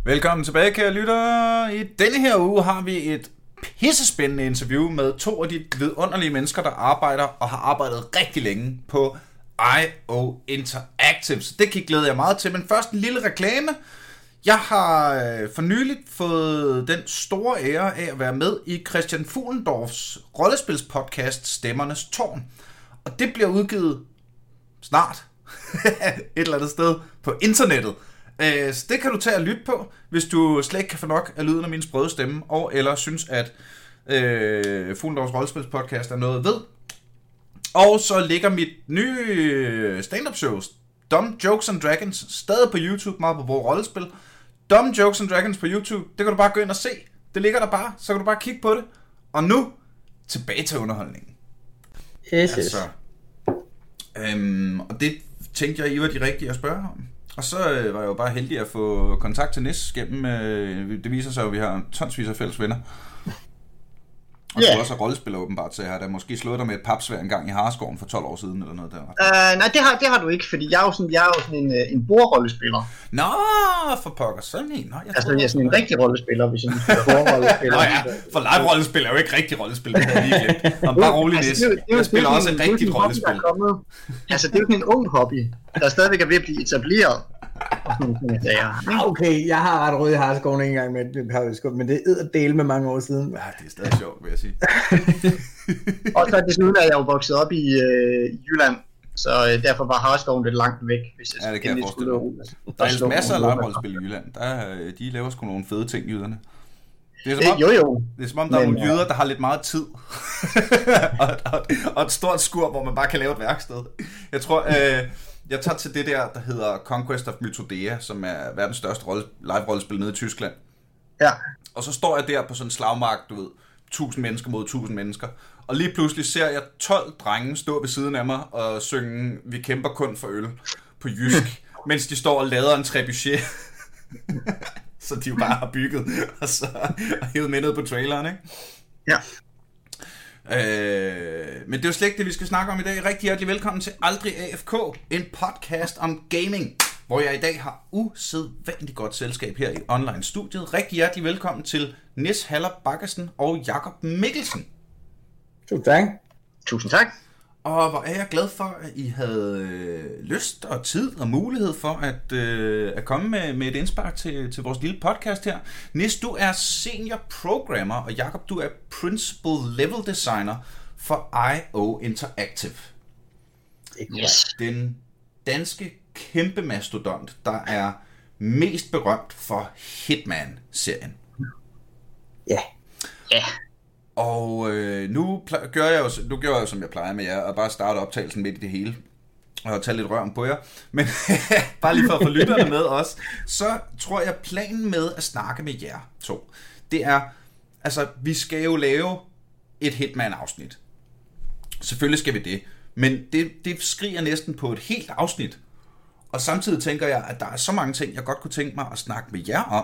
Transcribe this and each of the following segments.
Velkommen tilbage, kære lyttere. I denne her uge har vi et pissespændende interview med to af de vidunderlige mennesker, der arbejder og har arbejdet rigtig længe på IO Interactive. Så det kan glæde jeg meget til, men først en lille reklame. Jeg har for nyligt fået den store ære af at være med i Christian Fuhlendorffs rollespilspodcast Stemmernes Tårn. Og det bliver udgivet snart et eller andet sted på internettet. Så det kan du tage og lytte på, hvis du slet ikke kan få nok af lyden af min sprøde stemme, og eller synes, at Fuglendorffs rollespilspodcast er noget ved. Og så ligger mit nye stand-up show, Dumb Jokes and Dragons, stadig på YouTube, meget på vores rollespil. Dumb Jokes and Dragons på YouTube, det kan du bare gå ind og se. Det ligger der bare, så kan du bare kigge på det. Og nu, tilbage til underholdningen. Yes. Altså, og det tænkte jeg, I var de rigtige at spørge om. Og så var jeg jo bare heldig at få kontakt til Nis gennem, det viser sig jo, at vi har tonsvis af fælles venner. Og du også er rollespiller åbenbart, så jeg har da måske slået dig med et papsvær en gang i Hareskoven for 12 år siden, eller noget der. Nej, det har du ikke, fordi jeg er jo sådan en bordrollespiller. Nå, for pokker, sådan en. Nå, jeg er sådan en rigtig rollespiller, hvis jeg spiller bordrollespiller. Nå ja, for live-rollespil er jo ikke rigtig rollespil, det havde jeg lige glemt. Og bare rolig, Nis. Jeg spiller også et rigtigt rollespil. Altså, det er jo sådan en ung hobby, der stadigvæk er ved at blive etableret. Okay, jeg har ret rød i Hareskoven en gang med et men det er dele med mange år siden. Ja, det er stadig sjovt, vil jeg sige. Og så desuden er jeg jo vokset op i Jylland, så derfor var Hareskoven lidt langt væk. Hvis jeg det kan jeg forestille mig. Der er masser af live-rollespil i Jylland. De laver sgu nogle fede ting, jyderne. Det er som om, der er nogle jyder, der har lidt meget tid. og et stort skur, hvor man bare kan lave et værksted. Jeg tror... Jeg tager til det der hedder Conquest of Mythodea, som er verdens største live-rollespil nede i Tyskland. Ja. Og så står jeg der på sådan en slagmark, du ved, 1000 mennesker mod 1000 mennesker. Og lige pludselig ser jeg 12 drenge stå ved siden af mig og synge "Vi kæmper kun for øl" på jysk, mens de står og lader en trebuchet. Så de jo bare har bygget og så hævet med ned på traileren, ikke? Ja. Men det er jo slet ikke det, vi skal snakke om i dag. Rigtig hjertelig velkommen til Aldrig AFK, en podcast om gaming, hvor jeg i dag har usædvanligt godt selskab her i online-studiet. Rigtig hjertelig velkommen til Nis Haller Bakkesen og Jakob Mikkelsen. Tusind tak. Tusind tak. Og hvor er jeg glad for, at I havde lyst og tid og mulighed for at komme med et indspark til vores lille podcast her. Nis, du er senior programmer, og Jakob, du er principal level designer for IO Interactive. Yes. Den danske kæmpe mastodont, der er mest berømt for Hitman-serien. Ja. Ja. Og nu gør jeg jo, som jeg plejer med jer, og bare starte optagelsen midt i det hele, og tage lidt røven på jer. Men bare lige for at få lytterne med også, så tror jeg, planen med at snakke med jer to, det er, altså, vi skal jo lave et Hitman-afsnit. Selvfølgelig skal vi det, men det skriger næsten på et helt afsnit. Og samtidig tænker jeg, at der er så mange ting, jeg godt kunne tænke mig at snakke med jer om,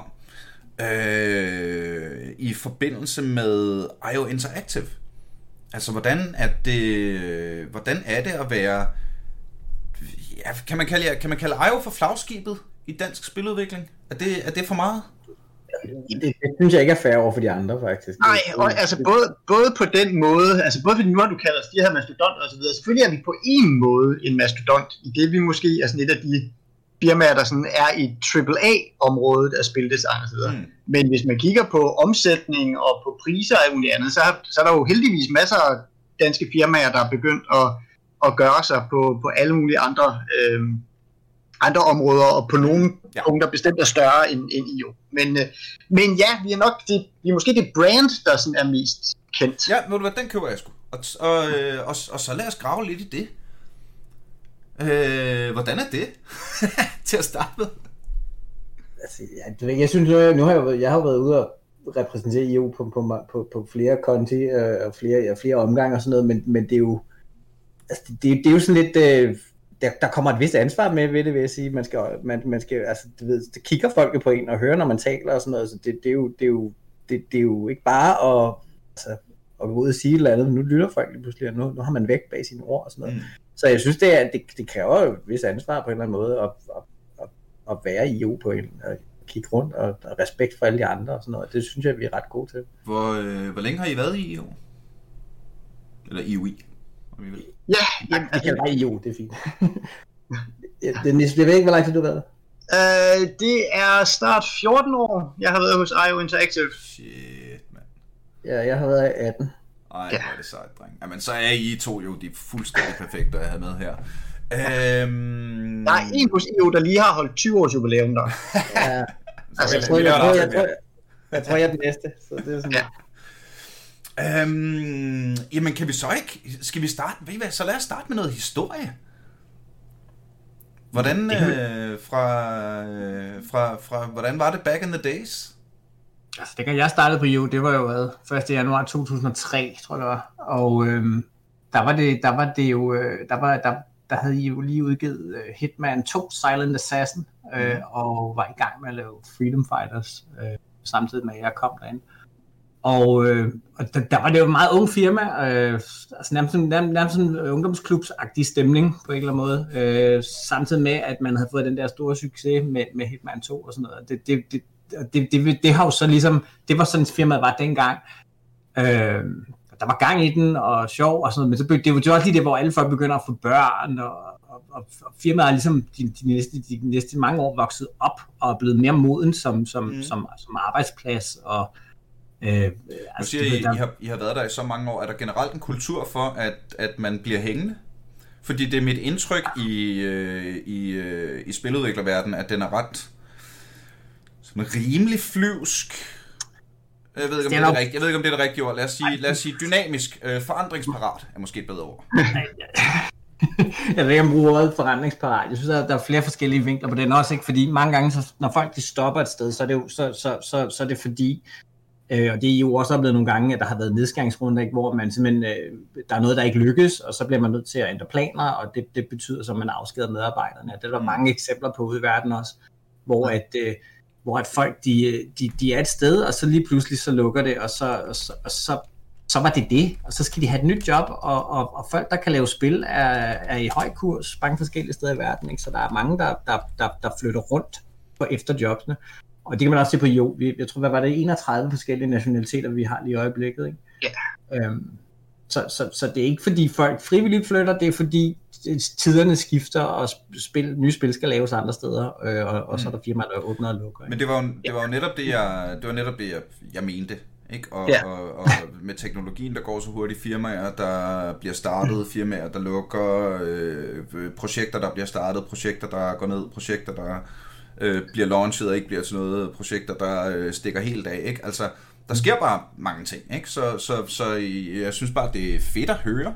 i forbindelse med IO Interactive. Altså, hvordan er det at være... Ja, kan man kalde IO for flagskibet i dansk spiludvikling? Er det for meget? Det synes jeg ikke er fair over for de andre, faktisk. Nej, og altså både på den måde, altså både fordi nu har du kaldt os de her mastodonter og så videre, selvfølgelig er vi på en måde en mastodont, i det vi måske er sådan et af de firmaer, der sådan er i AAA-området af spildesign og så videre. Men hvis man kigger på omsætning og på priser og alt muligt andet, så er der jo heldigvis masser af danske firmaer, der er begyndt at gøre sig på alle mulige andre områder, og på nogle punkter bestemt er større end IO. Men ja, vi er måske det brand, der sådan er mest kendt. Ja, ved du hvad, den køber jeg sgu. Og så lad os grave lidt i det. Hvordan er det til at starte med? Altså, jeg synes, nu har jeg har været ude og repræsentere IO på flere konti og flere omgange og sådan noget, men det er jo altså, det er jo sådan lidt der kommer et vist ansvar med ved det, vil jeg sige. Man skal altså, du ved, det kigger folk på en og hører, når man taler og sådan noget, så det er jo ikke bare at gå ud og sige et eller andet, nu lytter folk lige pludselig, og nu har man vægt bag sine ord og sådan noget. Så jeg synes, det kræver et vist ansvar på en eller anden måde at være i IO på en kigge rundt, og respekt for alle de andre og sådan noget. Det synes jeg, vi er ret gode til. Hvor længe har I været i IO? Eller IOI, om I vil? Ja, Jamen, det kan være IO, det er fint. Jeg ved ikke, hvor lang tid du har været. Det er snart 14 år, jeg har været hos IO Interactive. Shit, mand. Ja, jeg har været i 18. Ej, hvor er det sejt, dreng. Jamen, så er I to jo de fuldstændig perfekte at have med her. Der er en hos IO, der lige har holdt 20 års jubilæum der. Ja. Altså, Jeg tror, jeg er den næste. Så det er sådan, ja. Jamen, kan vi så ikke... Skal vi starte... Ved I hvad, så lad os starte med noget historie. Hvordan, hvordan var det back in the days? Altså, det kan jeg startede på IO, det var jo 1. januar 2003, tror jeg det var. Og der havde I jo lige udgivet Hitman 2, Silent Assassin, og var i gang med at lave Freedom Fighters, samtidig med at jeg kom derind. Og der var det jo et meget ung firma, altså nærmest sådan en ungdomsklubsagtig stemning på en eller anden måde, samtidig med, at man havde fået den der store succes med Hitman 2 og sådan noget. Det har jo så ligesom, det var sådan et firma, der var dengang. Der var gang i den, og sjov og sådan noget, men så det var jo også lige det, hvor alle folk begynder at få børn, og firmaet er ligesom de næste mange år vokset op, og er blevet mere moden som arbejdsplads, og nu siger I har været der i så mange år. Er der generelt en kultur for, at man bliver hængende? Fordi det er mit indtryk i spiludviklerverdenen, at den er ret sådan rimelig flyvsk. Jeg ved ikke, om det er det rigtige ord. Lad os sige dynamisk, forandringsparat er måske et bedre ord. Jeg ved ikke, om jeg bruger ordet forandringsparat. Jeg synes, at der er flere forskellige vinkler på den også, ikke? Fordi mange gange, når folk de stopper et sted, så er det jo så er det fordi, og det er jo også oplevet nogle gange, at der har været nedskæringsrunder, ikke, hvor man simpelthen, der er noget, der ikke lykkes, og så bliver man nødt til at ændre planer, og det betyder så, at man afskeder medarbejderne. Det er der mange eksempler på ude i verden også, hvor at folk de er et sted, og så lige pludselig så lukker det, og så var det, og så skal de have et nyt job, og folk, der kan lave spil, er i høj kurs mange forskellige steder i verden, ikke? Så der er mange, der flytter rundt på efterjobsene. Og det kan man også se på IO. Jeg tror, hvad var det, 31 forskellige nationaliteter, vi har lige i øjeblikket, ikke? Ja. Så det er ikke fordi folk frivilligt flytter, det er fordi tiderne skifter, og nye spil skal laves andre steder, og så er der firmaer, der åbner og lukker. Ikke? Men det var jo netop det, jeg mente. Ikke? Og med teknologien, der går så hurtigt, firmaer, der bliver startet, firmaer, der lukker, projekter, der bliver startet, projekter, der går ned, projekter, der bliver launchet og ikke bliver til noget, projekter, der stikker helt af. Ikke? Altså, der sker bare mange ting. Ikke? Så jeg synes bare, det er fedt at høre,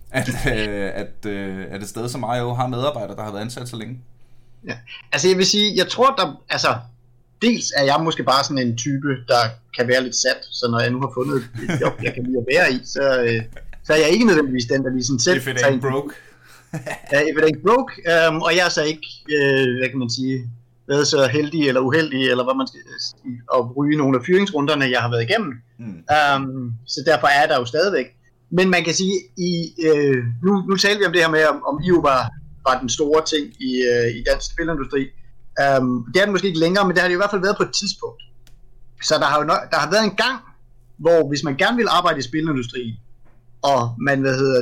at et sted som IO har medarbejdere, der har været ansat så længe. Ja. Altså jeg vil sige, jeg tror, dels er jeg måske bare sådan en type, der kan være lidt sat, så når jeg nu har fundet et job, jeg kan lide at være i, så er jeg ikke nødvendigvis den, der lige sådan selv... If it ain't broke. If it ain't broke, og jeg er så ikke, hvad kan man sige, været så heldig eller uheldig, eller hvad man skal sige, at ryge nogle af fyringsrunderne, jeg har været igennem. Så derfor er der jo stadigvæk. Men man kan sige, nu talte vi om det her med, om IO var den store ting i dansk spilindustri. Det er det måske ikke længere, men det har det i hvert fald været på et tidspunkt. Så der har været en gang, hvor hvis man gerne ville arbejde i spilindustri, og man,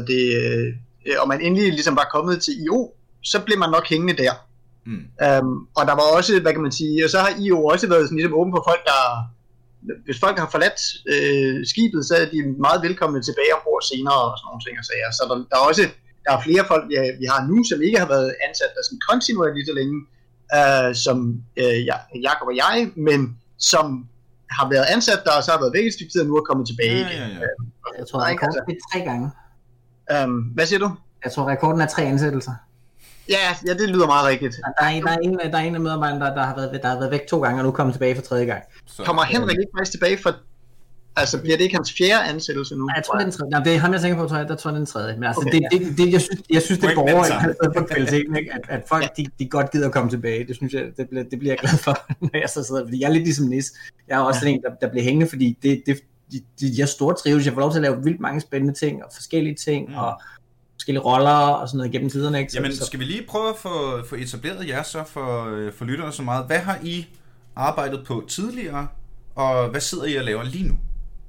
og man endelig ligesom var kommet til IO, så blev man nok hængende der. Og der var også, hvad kan man sige, og så har IO også været sådan ligesom åben for folk, hvis folk har forladt skibet, så er de meget velkomne tilbage ombord senere og sådan nogle ting og sager. Så der er flere folk, vi har nu, som ikke har været ansat der sådan kontinuerligt lige så længe, som Jakob og jeg, men som har været ansat der, og så har været væk et stykke tid, og nu er kommet tilbage igen. Jeg tror, rekorden er 3 gange. Hvad siger du? Jeg tror, rekorden er 3 ansættelser. Ja, det lyder meget rigtigt. Der er en af medarbejderne, der har været væk 2 gange, og nu kommer tilbage for 3. gang. Kommer Henrik ikke faktisk tilbage for... Altså, bliver det ikke hans 4. ansættelse nu? Jeg tror, det er den 3. Nej, det er ham, jeg tænker på, tror jeg. Der tror jeg, den 3. Men altså, okay. Jeg synes, det er borger for kvaliteten, ikke? At folk, de godt gider at komme tilbage. Det synes jeg, det bliver jeg glad for, når jeg så sidder. Fordi jeg er lidt ligesom Nis. Jeg er også en, der bliver hængende, fordi jeg store trives. Jeg får lov til at lave vildt mange spændende ting, og forskellige ting, og forskellige roller og sådan noget gennem tiderne, ikke? Jamen, skal vi lige prøve at få etableret jer så for lytterne så meget. Hvad har I arbejdet på tidligere, og hvad sidder I og laver lige nu?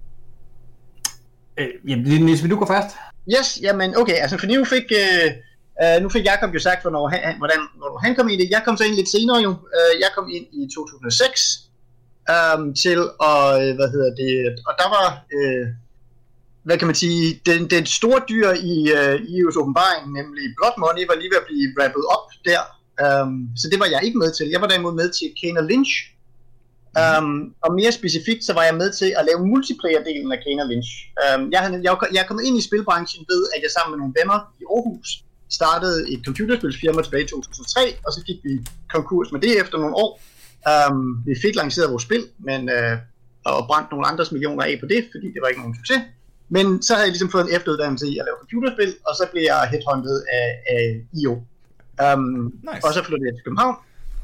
Jamen, Niels, vil du gå først? Yes, jamen okay, altså for nu fik Jakob jo sagt, hvornår han kom ind i det. Jeg kom så ind lidt senere jo. Jeg kom ind i 2006 til at, og der var, hvad kan man sige, den store dyr i EU's åbenbaring, nemlig Blood Money, var lige ved at blive wrappet op der. Så det var jeg ikke med til. Jeg var derimod med til Kane & Lynch. Og mere specifikt, så var jeg med til at lave multiplayer-delen af Kane & Lynch. Jeg er kommet ind i spilbranchen ved, at jeg sammen med nogle venner i Aarhus startede et computerspilsfirma tilbage i 2003, og så gik vi konkurs med det efter nogle år. Vi fik lanceret vores spil, men og brændt nogle andres millioner af på det, fordi det var ikke nogen succes. Men så havde jeg ligesom fået en efteruddannelse i at lave computerspil, og så blev jeg headhunted af IO. Nice. Og så flyttede jeg til København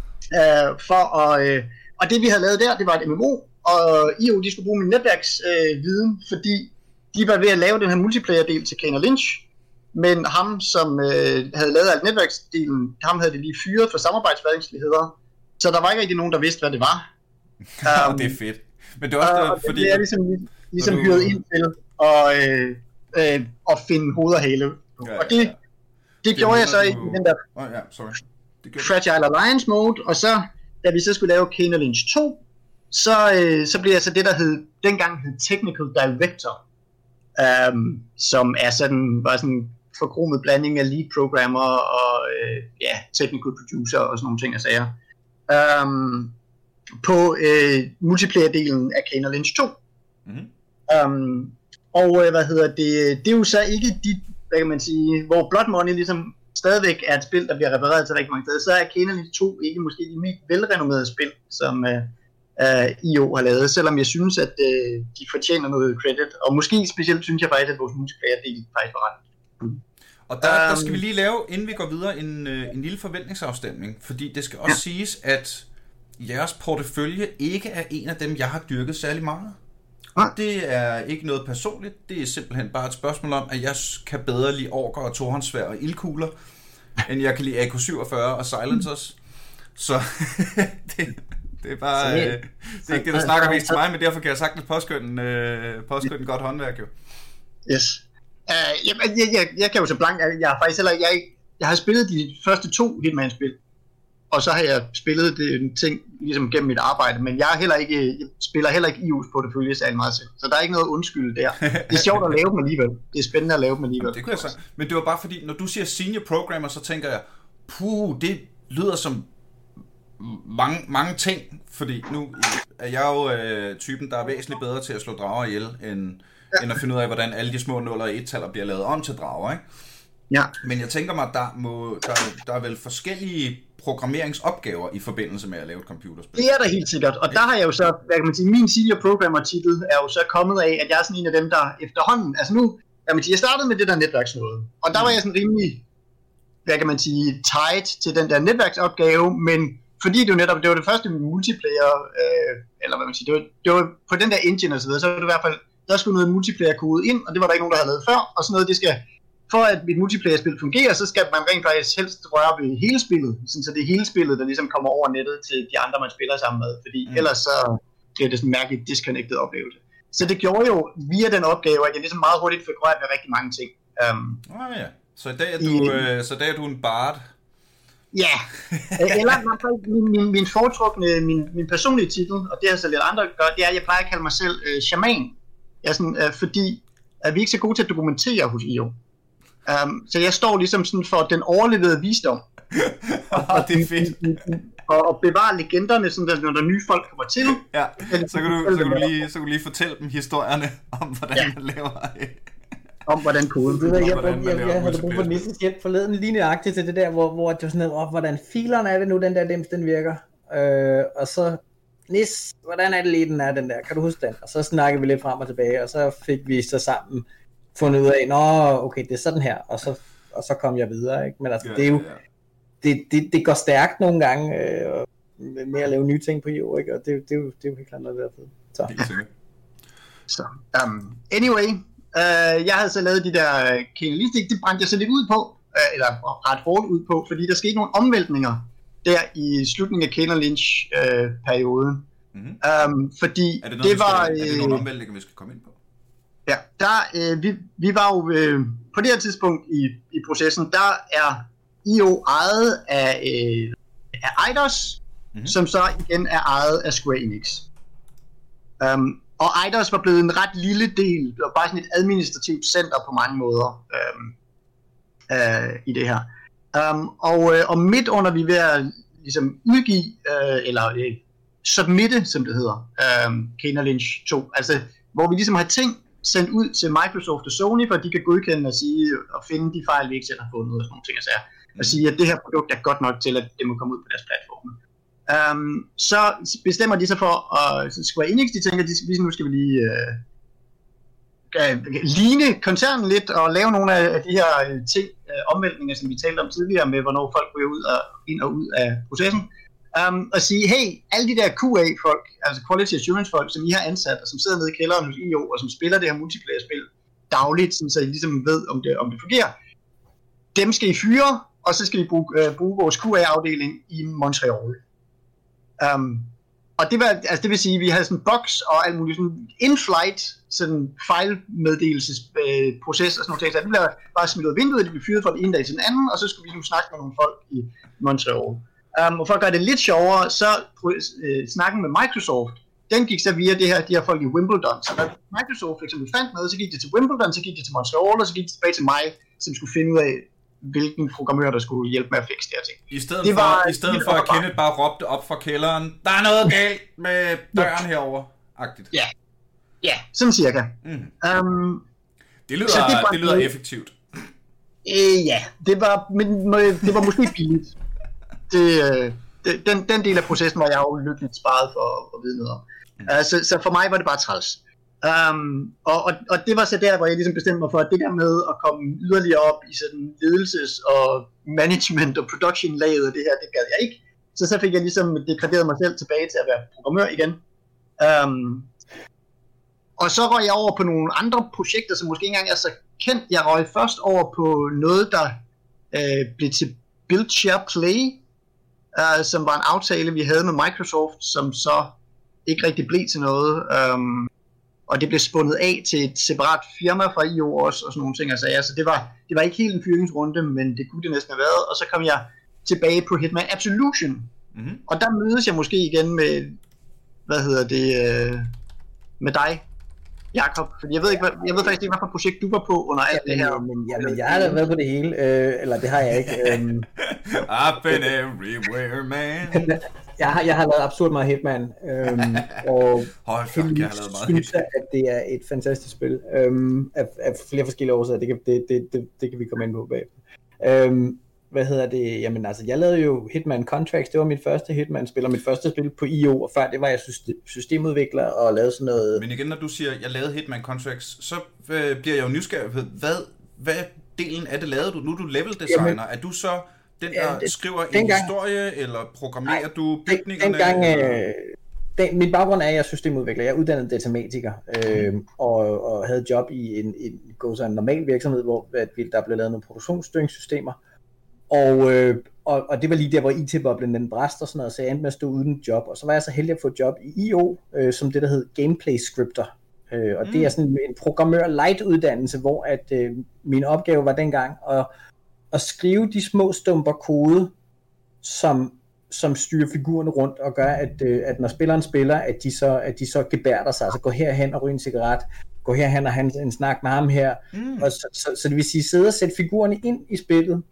og det vi havde lavet der, det var et MMO, og IO de skulle bruge min netværksviden, fordi de var ved at lave den her multiplayer-del til Kane & Lynch, men ham, som havde lavet alt netværksdelen, ham havde de lige fyret for samarbejdsvanskeligheder, så der var ikke rigtig nogen, der vidste, hvad det var. Det er fedt. Men det er også fordi... Det er ligesom hyret ind til at finde hoved og hale. Ja, og det gjorde jeg så i den der Fragile Alliance mode, og så da vi så skulle lave Kane & Lynch 2, så blev jeg så det, der dengang hed Technical Director, som var sådan en forkromet blanding af lead programmer og technical producer og sådan nogle ting og sager. På multiplayer-delen af Kane & Lynch 2. Det er jo så ikke hvad kan man sige, hvor Blood Money ligesom stadigvæk er et spil, der bliver repareret til rigtig mange steder, så er Kane & Lynch 2 ikke måske de mest velrenommerede spil, som IO har lavet, selvom jeg synes, at de fortjener noget credit, og måske specielt synes jeg faktisk, at vores multiplayer-del faktisk var ret. Og der skal vi lige lave, inden vi går videre, en lille forventningsafstemning, fordi det skal også siges, at jeres portefølje ikke er en af dem, jeg har dyrket særlig meget. Det er ikke noget personligt, det er simpelthen bare et spørgsmål om, at jeg kan bedre lide orker og tohåndssværd og ildkugler, end jeg kan lide AK-47 og silencers. Så det er bare... det er ikke det, der snakker mest til mig, men derfor kan jeg sagtens påskynde en godt håndværk jo. Yes. Jeg kan jo så blank, jeg har faktisk heller jeg har spillet de første 2 Hitman-spil, og så har jeg spillet det ting ligesom gennem mit arbejde, men jeg spiller heller ikke IU's portefølje særlig meget selv, så der er ikke noget undskyld der. Det er sjovt at lave dem alligevel. Det er spændende at lave dem alligevel. Det kunne jeg sige. Men det var bare fordi, når du siger senior programmer, så tænker jeg, det lyder som mange ting, fordi nu er jeg jo typen, der er væsentligt bedre til at slå drager ihjel, end at finde ud af, hvordan alle de små nuller og et-taller bliver lavet om til drager, ikke? Ja. Men jeg tænker mig, at der er vel forskellige programmeringsopgaver i forbindelse med at lave et computerspil. Det er der helt sikkert, og der har jeg jo så, hvad kan man sige, min senior programmer titel er jo så kommet af, at jeg er sådan en af dem, der efterhånden, altså nu, jeg startede med det der netværksnode, og der var jeg sådan rimelig, hvad kan man sige, tight til den der netværksopgave, men fordi det var det første multiplayer, eller hvad man siger, det var på den der engine og så videre, så var det i hvert fald, der skulle noget multiplayer kode ind, og det var der ikke nogen, der havde lavet før, og sådan noget, det skal, for at et multiplayer-spil fungerer, så skal man rent faktisk helst røre ved hele spillet, så det er hele spillet, der ligesom kommer over nettet til de andre, man spiller sammen med, fordi ellers så bliver det sådan en mærkeligt disconnected oplevelse. Så det gjorde jo via den opgave, at jeg ligesom meget hurtigt fik rørt ved rigtig mange ting. Ja. Så i dag er du en bard? Ja, eller min foretrukne, min personlige titel, og det har så lidt andre gør, det er, at jeg plejer at kalde mig selv shaman. Jeg er sådan, fordi at vi ikke er så gode til at dokumentere hos IO. Så jeg står ligesom sådan for den overlevede visdom. Det er fedt. Og bevare legenderne, sådan at når der nye folk kommer til. Ja, så kan du lige fortælle dem historierne om, hvordan man laver om hvordan koden. Jeg havde brug for Nisses hjælp forleden lige nøjagtigt til det der, hvor det var sådan noget, hvordan filerne er det nu, den der dims, den virker. Og så, Nis, hvordan er det lige, den er, den der? Kan du huske den? Og så snakkede vi lidt frem og tilbage, og så fik vi så sammen fundet ud af, okay, det er sådan her, og så kom jeg videre, ikke? Men altså, det er jo, det går stærkt nogle gange med at lave nye ting på IO, ikke? Og det er jo helt klart noget ved at fede. Så, anyway, jeg havde så lavet de der Kane & Lynch, det brændte jeg så lidt ud på, eller ret hårdt ud på, fordi der skete nogle omvæltninger der i slutningen af Kane Lynch-perioden. Fordi er det noget, er det nogle omvæltninger, vi skal komme ind på? Ja, vi var jo på det her tidspunkt i processen, der er IO ejet af Eidos, som så igen er ejet af Square Enix. Og Eidos var blevet en ret lille del, det var bare sådan et administrativt center på mange måder i det her. Og midt under vi ved at ligesom udgive, eller submitte, som det hedder, Kane Lynch 2, altså hvor vi ligesom har ting sendt ud til Microsoft og Sony, for at de kan godkende og sige, og finde de fejl, vi ikke selv har fundet, og sådan nogle ting og sager. Og sige, at det her produkt er godt nok til, at det må komme ud på deres platforme. Så bestemmer de sig for, at Square Enix, de tænker, nu skal vi lige ligne koncernen lidt, og lave nogle af de her ting, omvæltninger, som vi talte om tidligere, med hvornår folk ryger ud og ind og ud af processen. Og sige, hey, alle de der QA-folk, altså Quality Assurance-folk, som I har ansat, og som sidder nede i kælderen hos IO, og som spiller det her multiplayer-spil dagligt, så I ligesom ved, om det fungerer, dem skal I fyre, og så skal I bruge vores QA-afdeling i Montreal. Og det vil sige, at vi havde sådan en box og alt muligt sådan in-flight, sådan fejlmeddelelsesproces og sådan noget. Så det blev bare smidt ud af vinduet, det blev fyret fra den ene dag til den anden, og så skulle vi nu snakke med nogle folk i Montreal. Og for at gøre det lidt sjovere, så snakken med Microsoft, den gik så via de her folk i Wimbledon. Så når Microsoft for eksempel fandt noget, så gik det til Wimbledon, så gik det til Montreal, og så gik det tilbage til mig, som skulle finde ud af, hvilken programmør, der skulle hjælpe med at fikse det her ting. I stedet for at Kenneth bare råbte op fra kælderen, der er noget galt med døren herovre, agtigt. Ja, sådan cirka. Det lyder effektivt. Ja, det var måske billigt. Den del af processen var jeg jo lykkeligt sparet for at vide noget om. Så for mig var det bare træls. Og det var så der, hvor jeg ligesom bestemte mig for, at det der med at komme yderligere op i sådan ledelses- og management- og production-laget af det her, det gad jeg ikke. Så fik jeg ligesom degraderet mig selv tilbage til at være programmør igen. Og så røg jeg over på nogle andre projekter, som måske ikke engang er så kendt. Jeg røg først over på noget, der blev til Build Share Play, som var en aftale, vi havde med Microsoft, som så ikke rigtig blev til noget. Og det blev spundet af til et separat firma fra IO også, og sådan nogle ting. Altså, så det var ikke helt en fyringsrunde, men det kunne det næsten have været. Og så kom jeg tilbage på Hitman Absolution. Og der mødes jeg måske igen med, med dig, Jakob. Fordi jeg ved faktisk ikke, hvilket projekt du var på under alt det her. Men jeg har da været på det hele, eller det har jeg ikke. I've been everywhere, man. Jeg har lavet absurd meget Hitman, og jeg har lavet meget Hitman. At det er et fantastisk spil, af flere forskellige årsager, det kan vi komme ind på bagefter. Jamen altså, jeg lavede jo Hitman Contracts, det var mit første Hitman-spil, og mit første spil på IO, og før det var jeg systemudvikler og lavede sådan noget. Men igen, når du siger, jeg lavede Hitman Contracts, så bliver jeg jo nysgerrig. Hvad delen af det lavede du? Nu er du level designer, jamen, er du så den, der skriver en historie, eller programmerer du bygningerne? Min baggrund er, at jeg er systemudvikler. Jeg er uddannet datamatiker, og havde job i en normal virksomhed, hvor der blev lavet nogle produktionsstyringssystemer. Og det var lige der, hvor IT-boblen den bræst og sådan noget, så jeg endte med at stå uden job. Og så var jeg så heldig at få et job i IO, som det der hed Gameplay Scripter. Og det er sådan en programmør-light-uddannelse, hvor at min opgave var dengang at skrive de små stumper kode, som styrer figurerne rundt og gør, at når spilleren spiller, at de så gebærder sig, altså gå herhen og ryge en cigaret, gå herhen og have en snak med ham her. Og så det vil sige, sidde og sætte figurerne ind i spillet,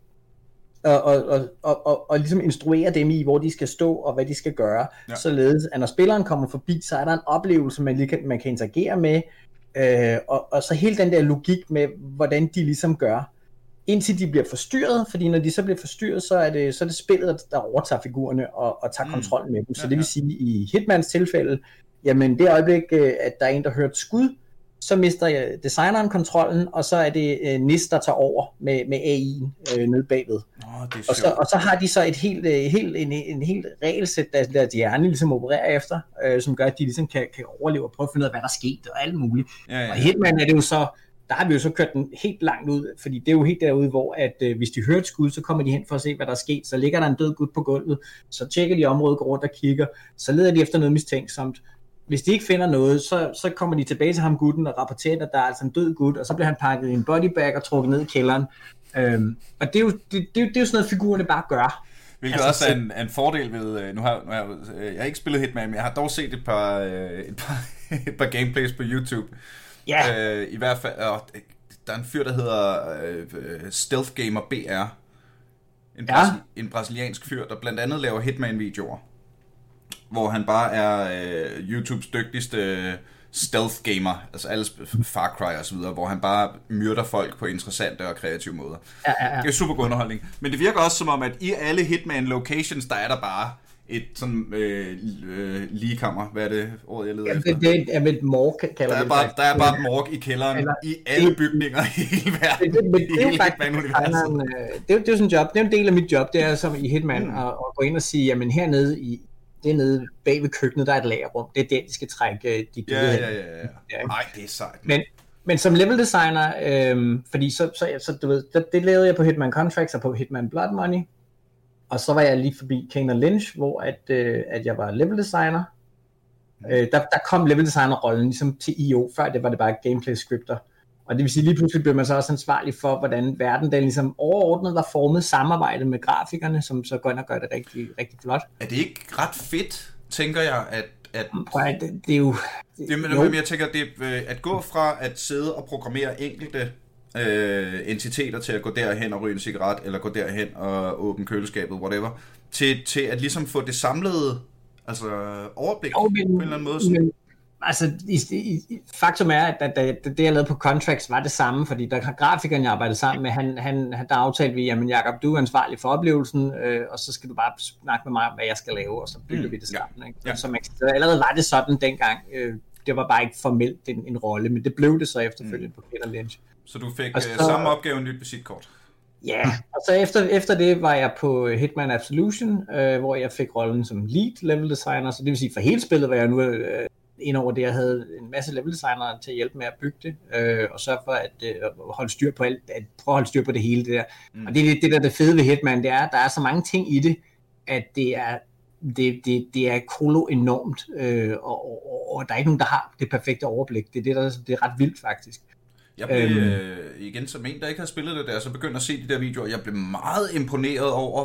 og ligesom instruere dem i, hvor de skal stå og hvad de skal gøre, således at når spilleren kommer forbi, så er der en oplevelse, man kan interagere med, og så hele den der logik med, hvordan de ligesom gør, indtil de bliver forstyrret, fordi når de så bliver forstyrret, så er det spillet, der overtager figurerne og tager kontrollen med dem. Så det vil sige, i Hitmans tilfælde, jamen det øjeblik, at der er en, der hører et skud, så mister designeren kontrollen, og så er det NIS, der tager over med AI'en nede bagved. Og så har de så en helt regelsæt, der de hjerne ligesom opererer efter, som gør, at de ligesom kan overleve og prøve at finde ud af, hvad der er sket og alt muligt. Og i Hitman er det jo så, der har vi jo så kørt den helt langt ud, fordi det er jo helt derude, hvor at hvis de hører et skud, så kommer de hen for at se, hvad der er sket. Så ligger der en død gut på gulvet, så tjekker de området, går rundt og kigger, så leder de efter noget mistænksomt. Hvis de ikke finder noget, så kommer de tilbage til ham gutten og rapporterer, at der er altså en død gut, og så bliver han pakket i en bodybag og trukket ned i kælderen. Og det er jo sådan noget, figurerne bare gør. Hvilket også er en fordel ved, nu har jeg ikke spillet Hitman, men jeg har dog set et par gameplays på YouTube. Ja. I hvert fald, der er en fyr, der hedder Stealth Gamer BR. En brasiliansk fyr, der blandt andet laver Hitman-videoer. Hvor han bare er YouTubes dygtigste stealth gamer, altså alle Far Cry og så videre, hvor han bare myrder folk på interessante og kreative måder. Ja. Det er super god underholdning. Men det virker også som om, at i alle Hitman locations, der er der bare et sådan ligekammer. Hvad er det ord, jeg leder efter? Det er et morg, kalder det. Der er bare et morg i kælderen i alle bygninger i hele verden. Det er jo faktisk sådan en job. Det er en del af mit job, det er som i Hitman at gå ind og sige, jamen hernede nede bag ved køkkenet, der er et lagerrum. Det er der, de skal trække de dyre hen. Ja. Ej, det er sejt. Men som level designer, fordi så du ved, det lavede jeg på Hitman Contracts og på Hitman Blood Money. Og så var jeg lige forbi Kane Lynch, hvor at jeg var level designer. Der kom level designer-rollen ligesom til IO, før det var det bare gameplay scripter. Og det vil sige, lige pludselig blev man så også ansvarlig for, hvordan verden den ligesom overordnet var formet samarbejde med grafikerne, som så går ind og gør det rigtig, rigtig flot. Er det ikke ret fedt, tænker jeg, at det er jo... Jeg tænker, det at gå fra at sidde og programmere enkelte entiteter til at gå derhen og ryge en cigaret, eller gå derhen og åbne køleskabet, whatever, til at ligesom få det samlede overblik på en eller anden måde. Altså, faktum er, at det jeg lavede på Contracts var det samme, fordi der grafikeren, jeg arbejdede sammen med, der aftalte vi, jamen Jacob, du er ansvarlig for oplevelsen, og så skal du bare snakke med mig om, hvad jeg skal lave, og så bygger vi det sammen. Ikke? Ja. Så allerede var det sådan dengang. Det var bare ikke formelt en rolle, men det blev det så efterfølgende på Peter Lynch. Så du fik samme opgave, nyt visitkort? Ja, og så efter det var jeg på Hitman Absolution, hvor jeg fik rollen som lead level designer, så det vil sige, for hele spillet var jeg nu ind over det, jeg havde en masse level designere til at hjælpe med at bygge det, og sørge for at holde styr på alt, at prøve at holde styr på det hele det der. Og det der det fede ved Hitman, det er, at der er så mange ting i det, at det er kolo enormt, og der er ikke nogen, der har det perfekte overblik. Det er ret vildt faktisk. Jeg blev igen som en, der ikke har spillet det der, så begyndte at se de der videoer. Jeg blev meget imponeret over,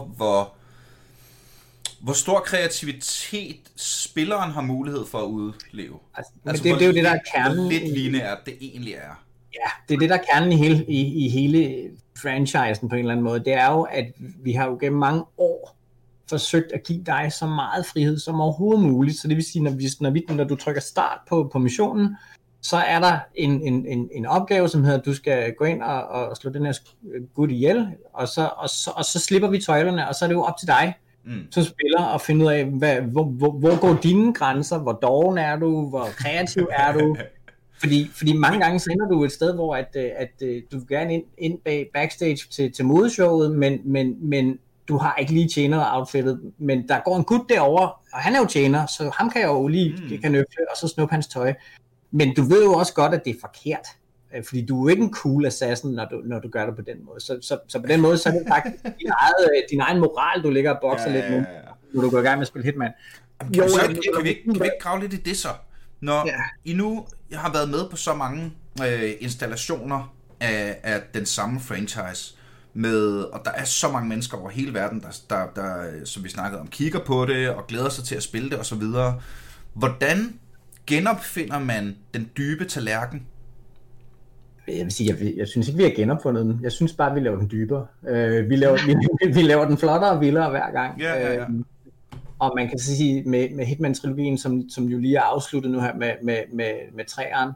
hvor stor kreativitet spilleren har mulighed for at udleve. Altså det er jo det, der er kernen. Hvor lidt lineært det egentlig er. Ja, det er det, der er kernen i hele franchisen på en eller anden måde. Det er jo, at vi har jo gennem mange år forsøgt at give dig så meget frihed som overhovedet muligt. Så det vil sige, når du trykker start på missionen, så er der en opgave, som hedder, at du skal gå ind og slå den her gut ihjel, og så slipper vi tøjlerne, og så er det jo op til dig, som spiller, at finde ud af, hvor går dine grænser, hvor doven er du, hvor kreativ er du, fordi mange gange så ender du et sted, hvor at du vil gerne ind backstage til modeshowet, men du har ikke lige tjener-outfittet, men der går en gut derover, og han er jo tjener, så ham kan jeg jo lige kanøfle, og så snuppe hans tøj. Men du ved jo også godt, at det er forkert, fordi du er jo ikke en cool assassin, når du gør det på den måde. Så på den måde, så er det faktisk din egen moral, du ligger og bokser lidt nu, når du går i gang med at spille Hitman. Kan vi ikke grave lidt i det så? Når I nu har været med på så mange installationer af den samme franchise, og der er så mange mennesker over hele verden, der som vi snakkede om, kigger på det og glæder sig til at spille det osv. Hvordan genopfinder man den dybe tallerken? Jeg vil sige, jeg synes ikke, vi har genopfundet den. Jeg synes bare, vi laver den dybere. Vi laver den flottere og vildere hver gang. Ja. Og man kan sige, med Hitman-trilogien, som jo lige er afsluttet nu her med træeren,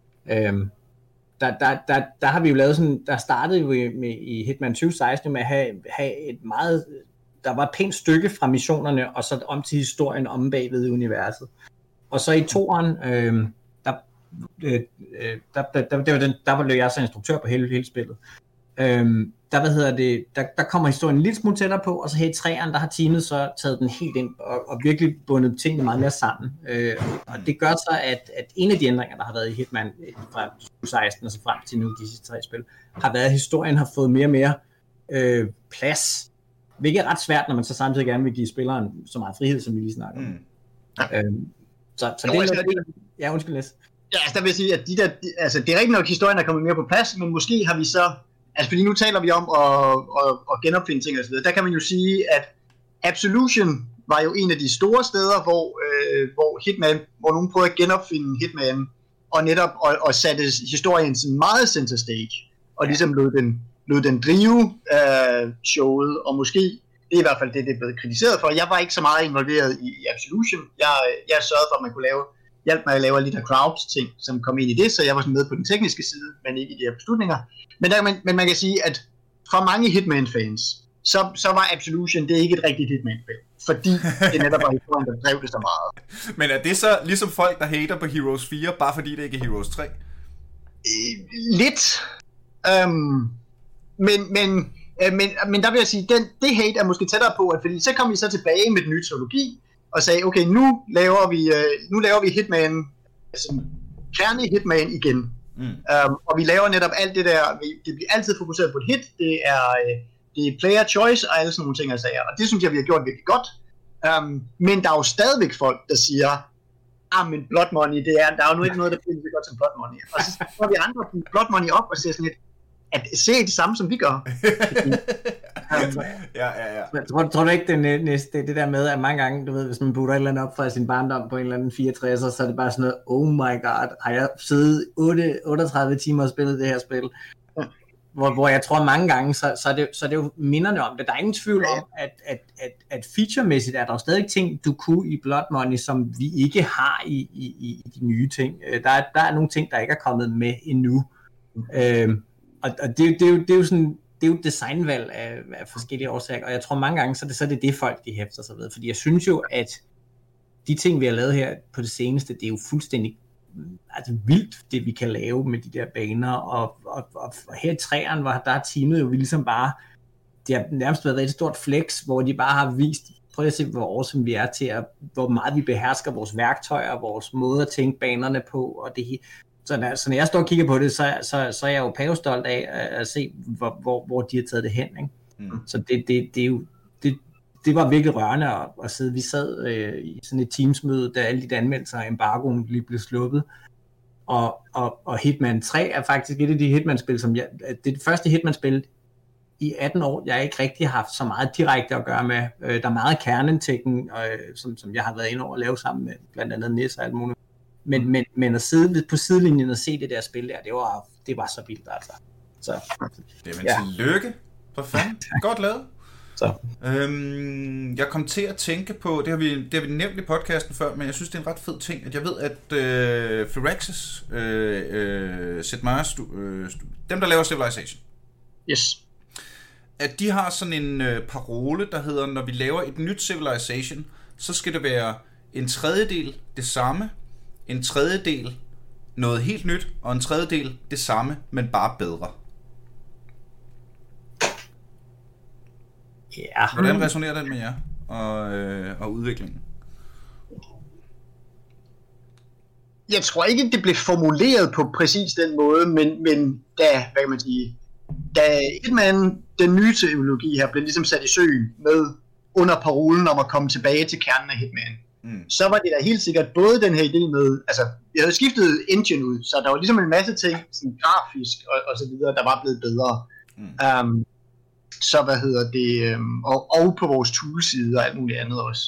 der har vi jo lavet sådan, der startede jo i Hitman 2016 med at have et meget, der var et pænt stykke fra missionerne, og så om til historien om bagved i universet. Og så i toeren, der blev jeg så instruktør på hele spillet. Der kommer historien en lille smule tættere på, og så her i 3'eren, der har teamet så taget den helt ind, og virkelig bundet tingene meget mere sammen. Og det gør så, at en af de ændringer, der har været i Hitman fra 2016 og så frem til nu, de sidste 3 spil, har været, at historien har fået mere og mere plads, hvilket er ret svært, når man så samtidig gerne vil give spilleren så meget frihed, som vi lige snakker om. Så det er ja, undskyld Læs. Ja, altså der vil jeg sige, at det er rigtig nok, historien er kommet mere på plads, men måske har vi så, altså fordi nu taler vi om at genopfinde ting og så videre, der kan man jo sige, at Absolution var jo en af de store steder, hvor Hitman, hvor nogen prøvede at genopfinde Hitman, og netop og satte historien sådan meget center stage, og ligesom lod den drive showet, og måske, det er i hvert fald det er blevet kritiseret for. Jeg var ikke så meget involveret i Absolution. Jeg sørgede for, at man kunne hjælpe mig at lave lidt af crowds ting, som kom ind i det, så jeg var sådan med på den tekniske side, men ikke i de her beslutninger. Men man kan sige, at fra mange Hitman-fans, så var Absolution, det er ikke et rigtigt Hitman-spil, fordi det netop var historien, der drev det så meget. Men er det så ligesom folk, der hater på Heroes 4, bare fordi det ikke er Heroes 3? Lidt. Men der vil jeg sige, det hate er måske tættere på, at fordi så kom vi så tilbage med den nye trilogi, og sagde, okay, nu laver vi Hitman, altså kerne Hitman igen. Og vi laver netop alt det der, det bliver altid fokuseret på et hit, det er player choice og alle sådan nogle ting og sager, og det synes jeg, vi har gjort virkelig godt. Men der er jo stadigvæk folk, der siger, men Blood Money, der er jo nu ikke noget, der bliver så godt som Blood Money. Og så får vi andre Blood Money op og siger sådan lidt, at se det samme, som vi gør. Ja. Tror du ikke, det der med, at mange gange, du ved, hvis man booter et eller andet op fra sin barndom på en eller anden 64'er, så er det bare sådan noget, oh my god, har jeg siddet 38 timer og spillet det her spil? Hvor jeg tror mange gange, så er det jo minderne om det. Der er ingen tvivl om, at featuremæssigt er der jo stadig ting, du kunne i Blood Money, som vi ikke har i de nye ting. Der er nogle ting, der ikke er kommet med endnu. Og det er jo sådan, det er jo designvalg af forskellige årsager, og jeg tror mange gange, så er det folk, de hæfter sig ved. Fordi jeg synes jo, at de ting, vi har lavet her på det seneste, det er jo fuldstændig vildt, det vi kan lave med de der baner, og her i 3'eren, hvor der er teamet jo vi ligesom bare, det har nærmest været et stort flex, hvor de bare har vist, prøv at se, hvor awesome vi er til, hvor meget vi behersker vores værktøjer, vores måde at tænke banerne på, og det hele. Så når jeg står og kigger på det, så er jeg jo pavestolt af at se, hvor de har taget det hen. Ikke? Så det var virkelig rørende at sidde. Vi sad i sådan et teamsmøde, da alle de anmeldelser af embargoen lige blev sluppet. Og Hitman 3 er faktisk et af de Hitman-spil, det er det første Hitman-spil i 18 år, jeg ikke rigtig har haft så meget direkte at gøre med. Der er meget kernetækken, som jeg har været inde over at lave sammen med blandt andet Nis og alt muligt. Men at sidde på sidelinjen og se det der spil der, det var så vildt altså. Så, tillykke. For fanden. Godt lavet. Så. Jeg kom til at tænke på, det har vi nævnt i podcasten før, men jeg synes, det er en ret fed ting, at jeg ved, at Firaxis, Sid Meier's, dem der laver Civilization, yes, at de har sådan en parole, der hedder, når vi laver et nyt Civilization, så skal det være en tredjedel det samme, en tredjedel noget helt nyt, og en tredjedel det samme, men bare bedre. Ja. Hvordan resonerer den med jer og udviklingen? Jeg tror ikke, det blev formuleret på præcis den måde, men da Hitman, den nye teknologi her, blev ligesom sat i søen med under parolen om at komme tilbage til kernen af Hitman, så var det da helt sikkert både den her idé med, altså jeg havde skiftet engine ud, så der var ligesom en masse ting, sådan grafisk og så videre, der var blevet bedre. Så og på vores toolside og alt muligt andet også.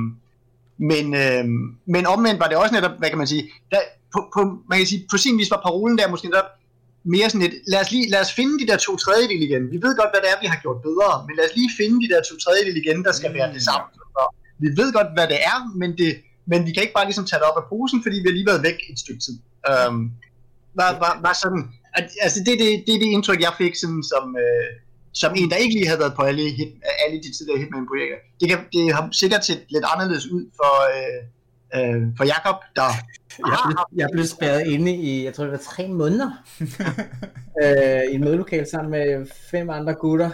Men omvendt var det også netop, hvad kan man sige, man kan sige, på sin vis var parolen der måske netop mere sådan et, lad os finde de der 2/3 igen. Vi ved godt, hvad det er, vi har gjort bedre, men lad os lige finde de der 2/3 igen, der skal være det samme. Vi ved godt, hvad det er, men vi kan ikke bare ligesom tage det op af posen, fordi vi har lige været væk et stykke tid. Var sådan, altså det er det indtryk, jeg fik sådan som en, der ikke lige havde været på alle de tidligere Hitman-projekter. Det har sikkert set lidt anderledes ud for Jakob, der... Jeg blev spærret inde i, jeg tror det var 3 måneder, i et mødelokale sammen med 5 andre gutter.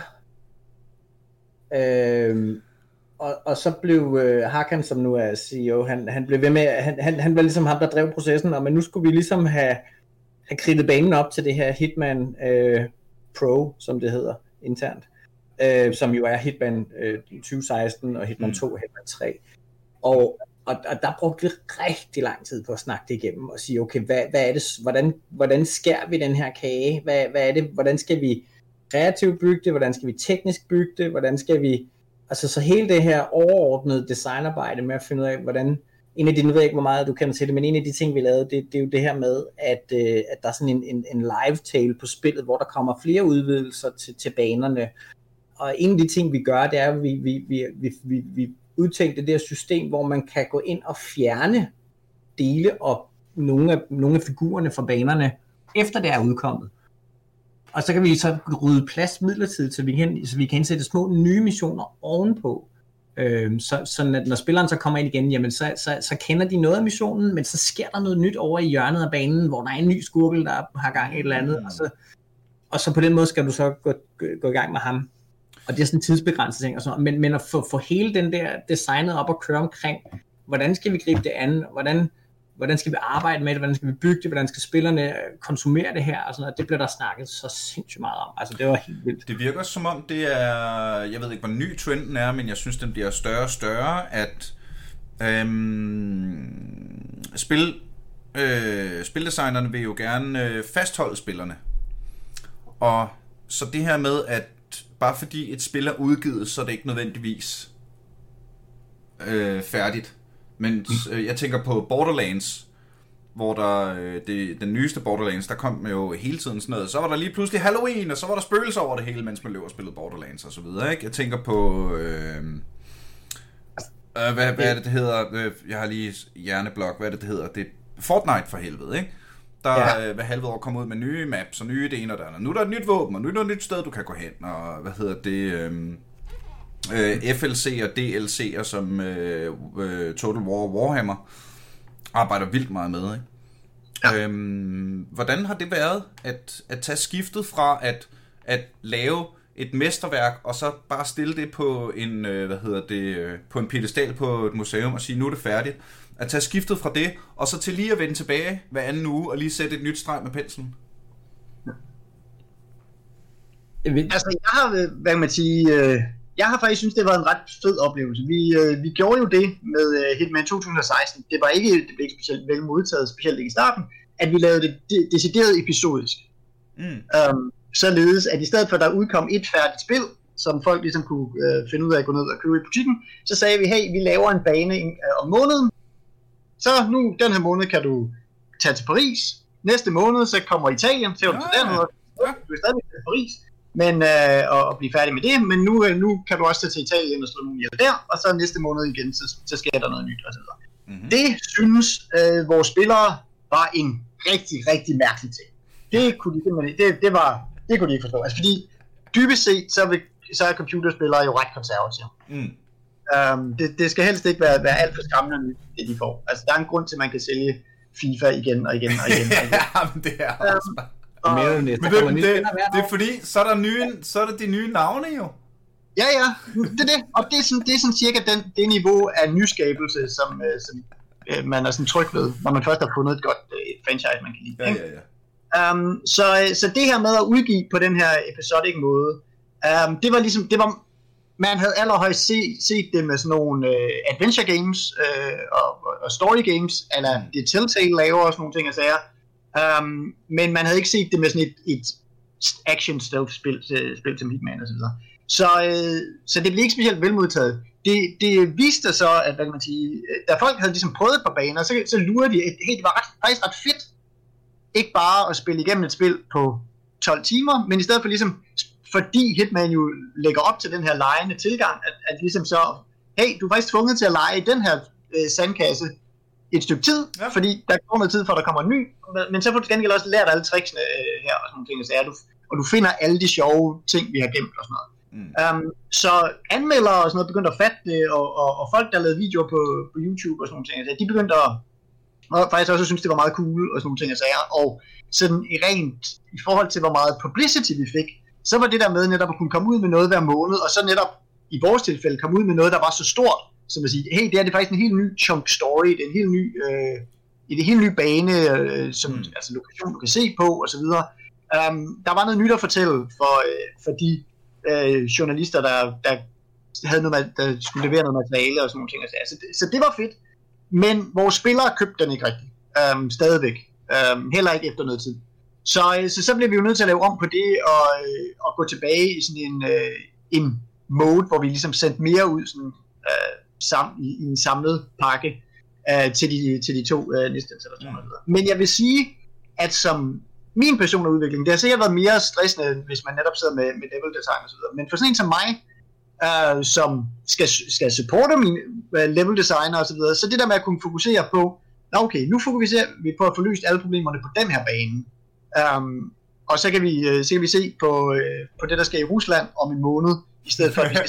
Og så blev Hakan, som nu er CEO, han blev ved med, han var ligesom ham, der drev processen, men nu skulle vi ligesom have kridtet banen op til det her Hitman Pro, som det hedder internt, som jo er Hitman 2016 og Hitman 2 og Hitman 3. Og der brugte vi rigtig lang tid på at snakke det igennem og sige, okay, hvad er det, hvordan skærer vi den her kage? Hvad er det, hvordan skal vi kreativt bygge det? Hvordan skal vi teknisk bygge det? Hvordan skal vi, altså så hele det her overordnede designarbejde med at finde ud af, hvordan, en af de, nu ved jeg ikke, hvor meget du kender til det, men en af de ting, vi lavede, det er jo det her med, at der er sådan en live tale på spillet, hvor der kommer flere udvidelser til banerne. Og en af de ting, vi gør, det er, at vi udtænkte det her system, hvor man kan gå ind og fjerne dele og nogle af figurerne fra banerne, efter det er udkommet. Og så kan vi så rydde plads midlertidigt, så vi kan indsætte små nye missioner ovenpå. Så når spilleren så kommer ind igen, jamen så kender de noget af missionen, men så sker der noget nyt over i hjørnet af banen, hvor der er en ny skurkel, der har gang i et eller andet. Og så på den måde skal du så gå i gang med ham. Og det er sådan en tidsbegrænset ting og sådan noget. Men at få hele den der designet op og køre omkring, hvordan skal vi gribe det an, hvordan skal vi arbejde med det, hvordan skal vi bygge det, hvordan skal spillerne konsumere det her, og sådan noget. Det bliver der snakket så sindssygt meget om. Altså det var helt vildt. Det virker som om det er, jeg ved ikke hvor ny trenden er, men jeg synes den bliver større og større, at spildesignerne vil jo gerne fastholde spillerne. Og så det her med, at bare fordi et spil er udgivet, så er det ikke nødvendigvis færdigt. Men jeg tænker på Borderlands, hvor den nyeste Borderlands, der kom jo hele tiden sådan noget. Så var der lige pludselig Halloween, og så var der spøgelser over det hele, mens man løb og spillede Borderlands og så videre, ikke? Jeg tænker på hvad er det hedder? Jeg har lige hjerneblok. Hvad er det hedder? Det er Fortnite for helvede, ikke? Der hver halve år kommer ud med nye maps og nye det ene og det andet. Nu er der et nyt våben, og nu er der et nyt sted, du kan gå hen. Og hvad hedder det? FLC og DLC'er som Total War Warhammer arbejder vildt meget med, ikke? Ja. Hvordan har det været at tage skiftet fra at lave et mesterværk og så bare stille det på en på en piedestal på et museum og sige nu er det færdigt? At tage skiftet fra det og så til lige at vende tilbage hver anden uge og lige sætte et nyt streg med penslen? Altså jeg har, hvad kan man sige, jeg har faktisk synes det var en ret fed oplevelse. Vi gjorde jo det med Hitman 2016. Det blev ikke specielt vel modtaget, specielt ikke i starten, at vi lavede det decideret episodisk. Således at i stedet for at der udkom et færdigt spil, som folk ligesom kunne finde ud af at gå ned og købe i butikken, så sagde vi, hey, vi laver en bane om måneden. Så nu, den her måned kan du tage til Paris. Næste måned, så kommer Italien, så du til dernede, du er stadig til Paris. Men og blive færdig med det, men nu kan du også tage til Italien og slå nogle ihjel der, og så næste måned igen, så sker der noget nyt og så videre. Mm-hmm. Det synes vores spillere var en rigtig, rigtig mærkelig ting. Det kunne de simpelthen det kunne de ikke forstå. Altså fordi dybest set, så er computerspillere jo ret konservative. Det skal helst ikke være alt for skræmmende nyt, det de får. Altså der er en grund til, at man kan sælge FIFA igen og igen og igen. Ja, men det er også bare... Men det er fordi, så er der de nye navne jo. Ja, det er det. Og det er sådan cirka det niveau af nyskabelse, som man er sådan tryg ved, når man først har fundet et godt franchise, man kan lide. Ja. Så det her med at udgive på den her episodic måde, det var ligesom, man havde allerhøjst set det med sådan nogle adventure games og story games, eller det Telltale laver og sådan nogle ting og sager. Men man havde ikke set det med sådan et action stealth spil som Hitman og så videre. Så det blev ikke specielt velmodtaget. Det viste så, at hvad kan man sige, da folk havde ligesom prøvet på baner, så lurede de, at det var faktisk ret fedt, ikke bare at spille igennem et spil på 12 timer, men i stedet for ligesom, fordi Hitman jo lægger op til den her legende tilgang, at ligesom så, hey, du er faktisk tvunget til at lege i den her sandkasse et stykke tid, fordi der går noget tid, for der kommer en ny, men så får du gengæld også lært alle tricksene her og sådan nogle ting, og du finder alle de sjove ting, vi har gemt og sådan noget. Så anmeldere og sådan noget begyndte at fatte det, og folk, der lavede videoer på YouTube og sådan nogle ting, altså, de begyndte at og faktisk også synes, det var meget cool og sådan nogle ting, og sådan i forhold til, hvor meget publicity vi fik, så var det der med netop at kunne komme ud med noget hver måned, og så netop i vores tilfælde komme ud med noget, der var så stort, som at sige, hey, det er faktisk en helt ny chunk story, det er en helt ny, en helt ny bane, altså lokation, du kan se på, og så videre. Der var noget nyt at fortælle for de journalister, der havde noget, der skulle levere noget materiale og sådan nogle ting. Så det var fedt, men vores spillere købte den ikke rigtigt, stadigvæk, heller ikke efter noget tid. Så blev vi jo nødt til at lave om på det, og gå tilbage i sådan en mode, hvor vi ligesom sendte mere ud sådan, i en samlet pakke til de to næste installationer. Men jeg vil sige, at som min personlige udvikling, det har sikkert været mere stressende, hvis man netop sidder med level design og så videre. Men for sådan en som mig, som skal supporte mine level designer og så videre, så det der med at kunne fokusere på, okay, nu fokuserer vi på at få løst alle problemerne på den her bane. Og så kan vi se på det, der skal i Rusland om en måned, i stedet for at vi skal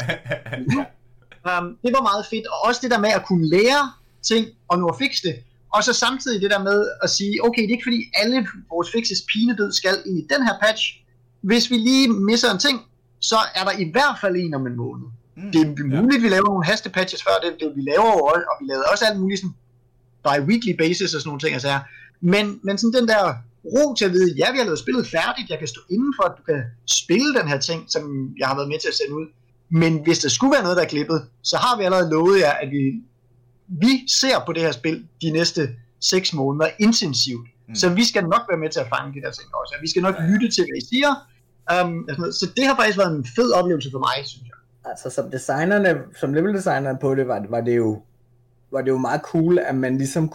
det var meget fedt, og også det der med at kunne lære ting og nu at fikse det, og så samtidig det der med at sige, okay, det er ikke fordi alle vores fixes pinedød skal ind i den her patch. Hvis vi lige misser en ting, så er der i hvert fald en om en måned. Det er muligt, vi laver nogle hastepatches før, det vi laver jo, og vi lavede også alt muligt sådan by weekly basis og sådan nogle ting, altså. Men sådan den der ro til at vide, ja, vi har lavet spillet færdigt, jeg kan stå inden for, at du kan spille den her ting, som jeg har været med til at sende ud. Men hvis der skulle være noget, der er klippet, så har vi allerede lovet jer, at vi ser på det her spil de næste 6 måneder intensivt. Så vi skal nok være med til at fange de der ting også. Vi skal nok lytte til, hvad I siger. Så det har faktisk været en fed oplevelse for mig, synes jeg. Altså som level designerne på det, var det jo meget cool, at man ligesom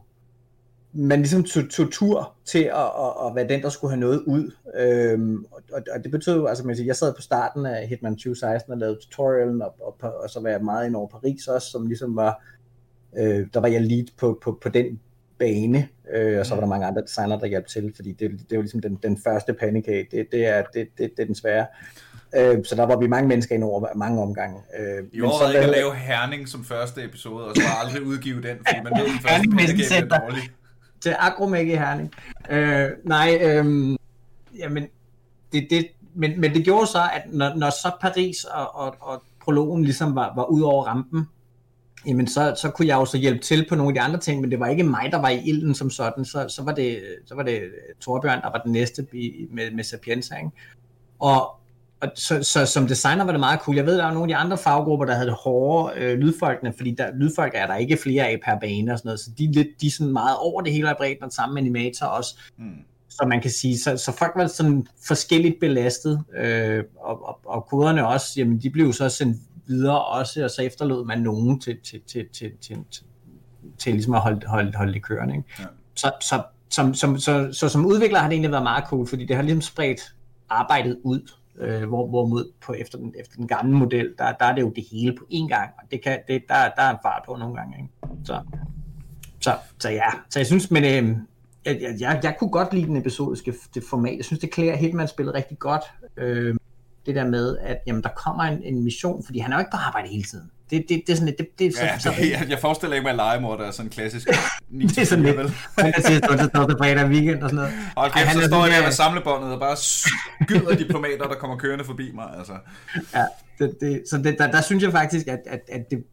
tog tur til at være den, der skulle have noget ud. Og det betød jo, altså jeg sad på starten af Hitman 2016 og lavede tutorialen, og så var jeg meget ind over Paris også, som ligesom var, der var jeg lead på den bane, og så var der mange andre designer, der hjalp til, fordi det var ligesom den første panikage, det er den svære. Så der var vi mange mennesker ind over mange omgange. I overvejede ikke at lave Herning som første episode, og så aldrig udgive den, fordi man ved, den første panikage er dårlig. Til Agromæk i Herning. Jamen, men det gjorde så, at når så Paris og prologen ligesom var ud over rampen, jamen så kunne jeg jo så hjælpe til på nogle af de andre ting, men det var ikke mig, der var i ilden som sådan, så var det Torbjørn, der var den næste med Sapienza, ikke? Og så som designer var det meget cool. Jeg ved, der er nogle af de andre faggrupper, der havde det hårde lydfolkene, fordi lydfolk er der ikke flere af per bane og sådan noget, så de er sådan meget over det hele af bredden, og samme animator også. Så man kan sige, så folk var sådan forskelligt belastet, og koderne også, jamen de blev så sendt videre også, og så efterlod man nogen til ligesom at holde det kørende, ikke? Ja. Så som udvikler har det egentlig været meget cool, fordi det har ligesom spredt arbejdet ud. Hvorimod efter den gamle model, der er det jo det hele på én gang, og der er en fart på nogle gange, ikke? Så ja, så jeg synes, men jeg kunne godt lide den episodiske format. Jeg synes, det klæder Hitman-spillet rigtig godt. Det der med, at jamen, der kommer en mission, fordi han er jo ikke på arbejde hele tiden. Det er sådan lidt... Jeg forestiller ikke mig, at legemorder er sådan en klassisk... det er sådan lidt... Han er til fredag weekend og sådan noget. Og kæft, så står jeg der med samlebåndet og bare skyder diplomater, der kommer kørende forbi mig, altså. Ja, så der synes jeg faktisk, at det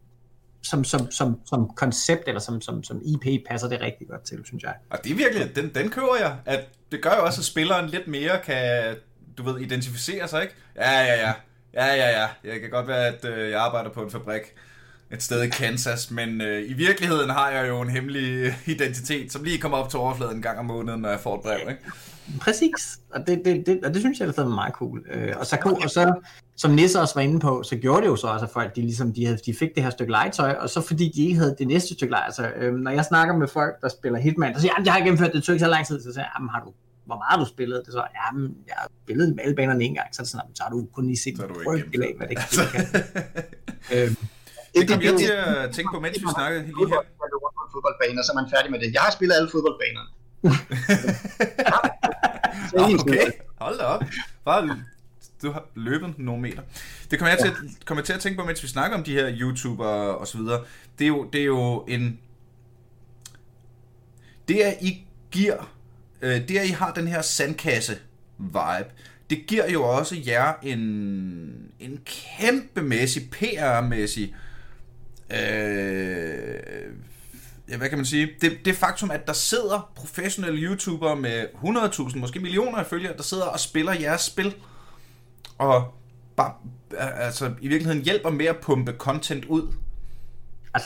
som koncept, eller som IP, passer det rigtig godt til, synes jeg. Og det er virkelig, den køber jeg. At det gør jo også, at spilleren lidt mere kan, du ved, identificere sig, ikke? Ja. Jeg kan godt være, at jeg arbejder på en fabrik et sted i Kansas, men i virkeligheden har jeg jo en hemmelig identitet, som lige kommer op til overfladen en gang om måneden, når jeg får et brev, ikke? Præcis, og det synes jeg er meget cool. Og så som Nisse også var inde på, så gjorde det jo så også, at folk de fik det her stykke legetøj, og så fordi de ikke havde det næste stykke legetøj. Når jeg snakker med folk, der spiller Hitman, så siger jeg har gennemført det, tog ikke så lang tid, så siger jeg, hvor meget har du spillet? Det så, jeg har spillet med alle banerne en gang, så er det sådan, så har du kun lige set en brøkdel af, hvad det kan. Det kom jeg til at tænke på, mens vi snakkede lige her. Fodboldbaner, så er man færdig med det. Jeg har spillet alle fodboldbanerne. Okay, hold da op. Bare Du har løbet nogle meter. Det kommer jeg til at tænke på, mens vi snakker om de her YouTubere og så videre. Det er jo en... Det er, I giver... Det er, I har den her sandkasse-vibe. Det giver jo også jer en kæmpemæssig, PR-mæssig... hvad kan man sige? Det faktum, at der sidder professionelle YouTubere med 100.000, måske millioner af følgere, der sidder og spiller jeres spil, og bare, altså i virkeligheden hjælper med at pumpe content ud. Altså,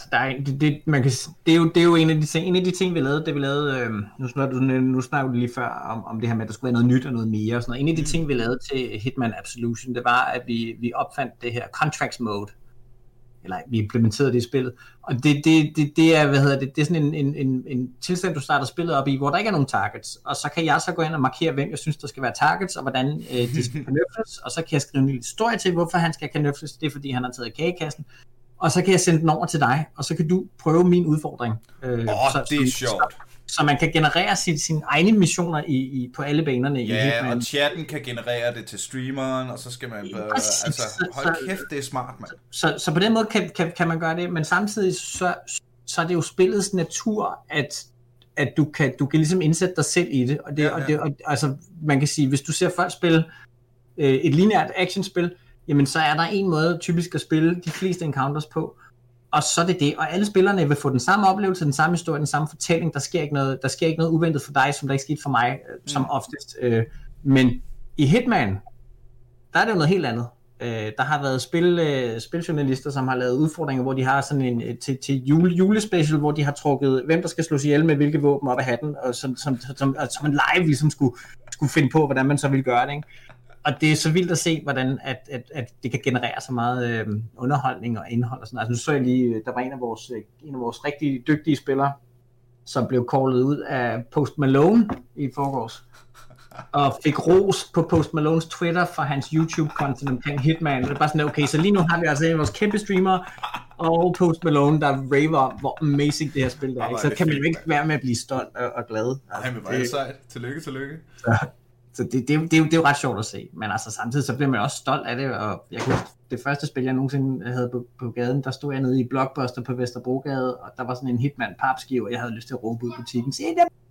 det er jo en af de ting, vi lavede. Det vi lavede, nu snakker du lige før om det her med, at der skulle være noget nyt og noget mere. Og sådan noget. En af de ting, vi lavede til Hitman Absolution, det var, at vi opfandt det her contracts mode. Eller vi implementerede det i spillet. Og det er, det er sådan en tilstand, du starter spillet op i, hvor der ikke er nogen targets. Og så kan jeg så gå ind og markere, hvem jeg synes, der skal være targets, og hvordan de skal kanøfles. Og så kan jeg skrive en lille historie til, hvorfor han skal kanøfles. Det er, fordi han har taget kagekassen. Og så kan jeg sende den over til dig, og så kan du prøve min udfordring. Det er sjovt. Så man kan generere sine egne missioner på alle banerne i Hitman. Ja, og chatten kan generere det til streameren, og så skal man... hold kæft, det er smart, mand. Så på den måde kan man gøre det, men samtidig så er det jo spillets natur, at du kan ligesom indsætte dig selv i det. Og altså, man kan sige, hvis du ser folk spille et lineært actionspil, jamen så er der en måde typisk at spille de fleste encounters på, og så er det, og alle spillerne vil få den samme oplevelse, den samme historie, den samme fortælling. Der sker ikke noget uventet for dig, som der ikke skete for mig, som oftest. Men i Hitman, der er det jo noget helt andet. Der har været spiljournalister, som har lavet udfordringer, hvor de har sådan en til julespecial, hvor de har trukket, hvem der skal slås ihjel med hvilke våben op af hatten, og som en live ligesom skulle finde på, hvordan man så ville gøre det, ikke? Og det er så vildt at se, hvordan at det kan generere så meget underholdning og indhold og sådan. Altså nu så jeg lige, der var en af vores rigtig dygtige spillere, som blev callet ud af Post Malone i forgårs, og fik ros på Post Malones Twitter for hans YouTube-content omkring Hitman. Det er bare sådan, okay, så lige nu har vi altså en af vores kæmpe streamere, og Post Malone, der raver om, hvor amazing det her spil er. Så kan man jo ikke være med at blive stolt og glad. Nej, men bare sejt. Tillykke. Så det er jo ret sjovt at se, men altså samtidig så bliver man også stolt af det, og jeg kunne det første spil, jeg nogensinde havde på gaden, der stod jeg nede i Blockbuster på Vesterbrogade, og der var sådan en Hitman papskive, og jeg havde lyst til at råbe ud i butikken, se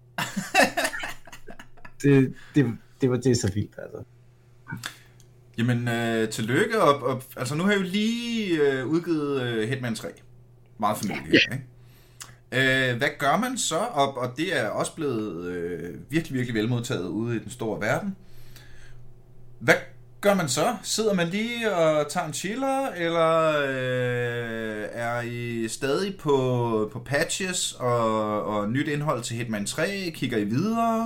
dem! Det er så vildt, altså. Jamen, tillykke, og altså nu har jeg jo lige udgivet Hitman 3. Meget fornøjelig, ikke? Hvad gør man så? Og det er også blevet virkelig, virkelig velmodtaget ude i den store verden. Hvad gør man så? Sidder man lige og tager en chiller, eller er I stadig på patches og nyt indhold til Hitman 3? Kigger I videre?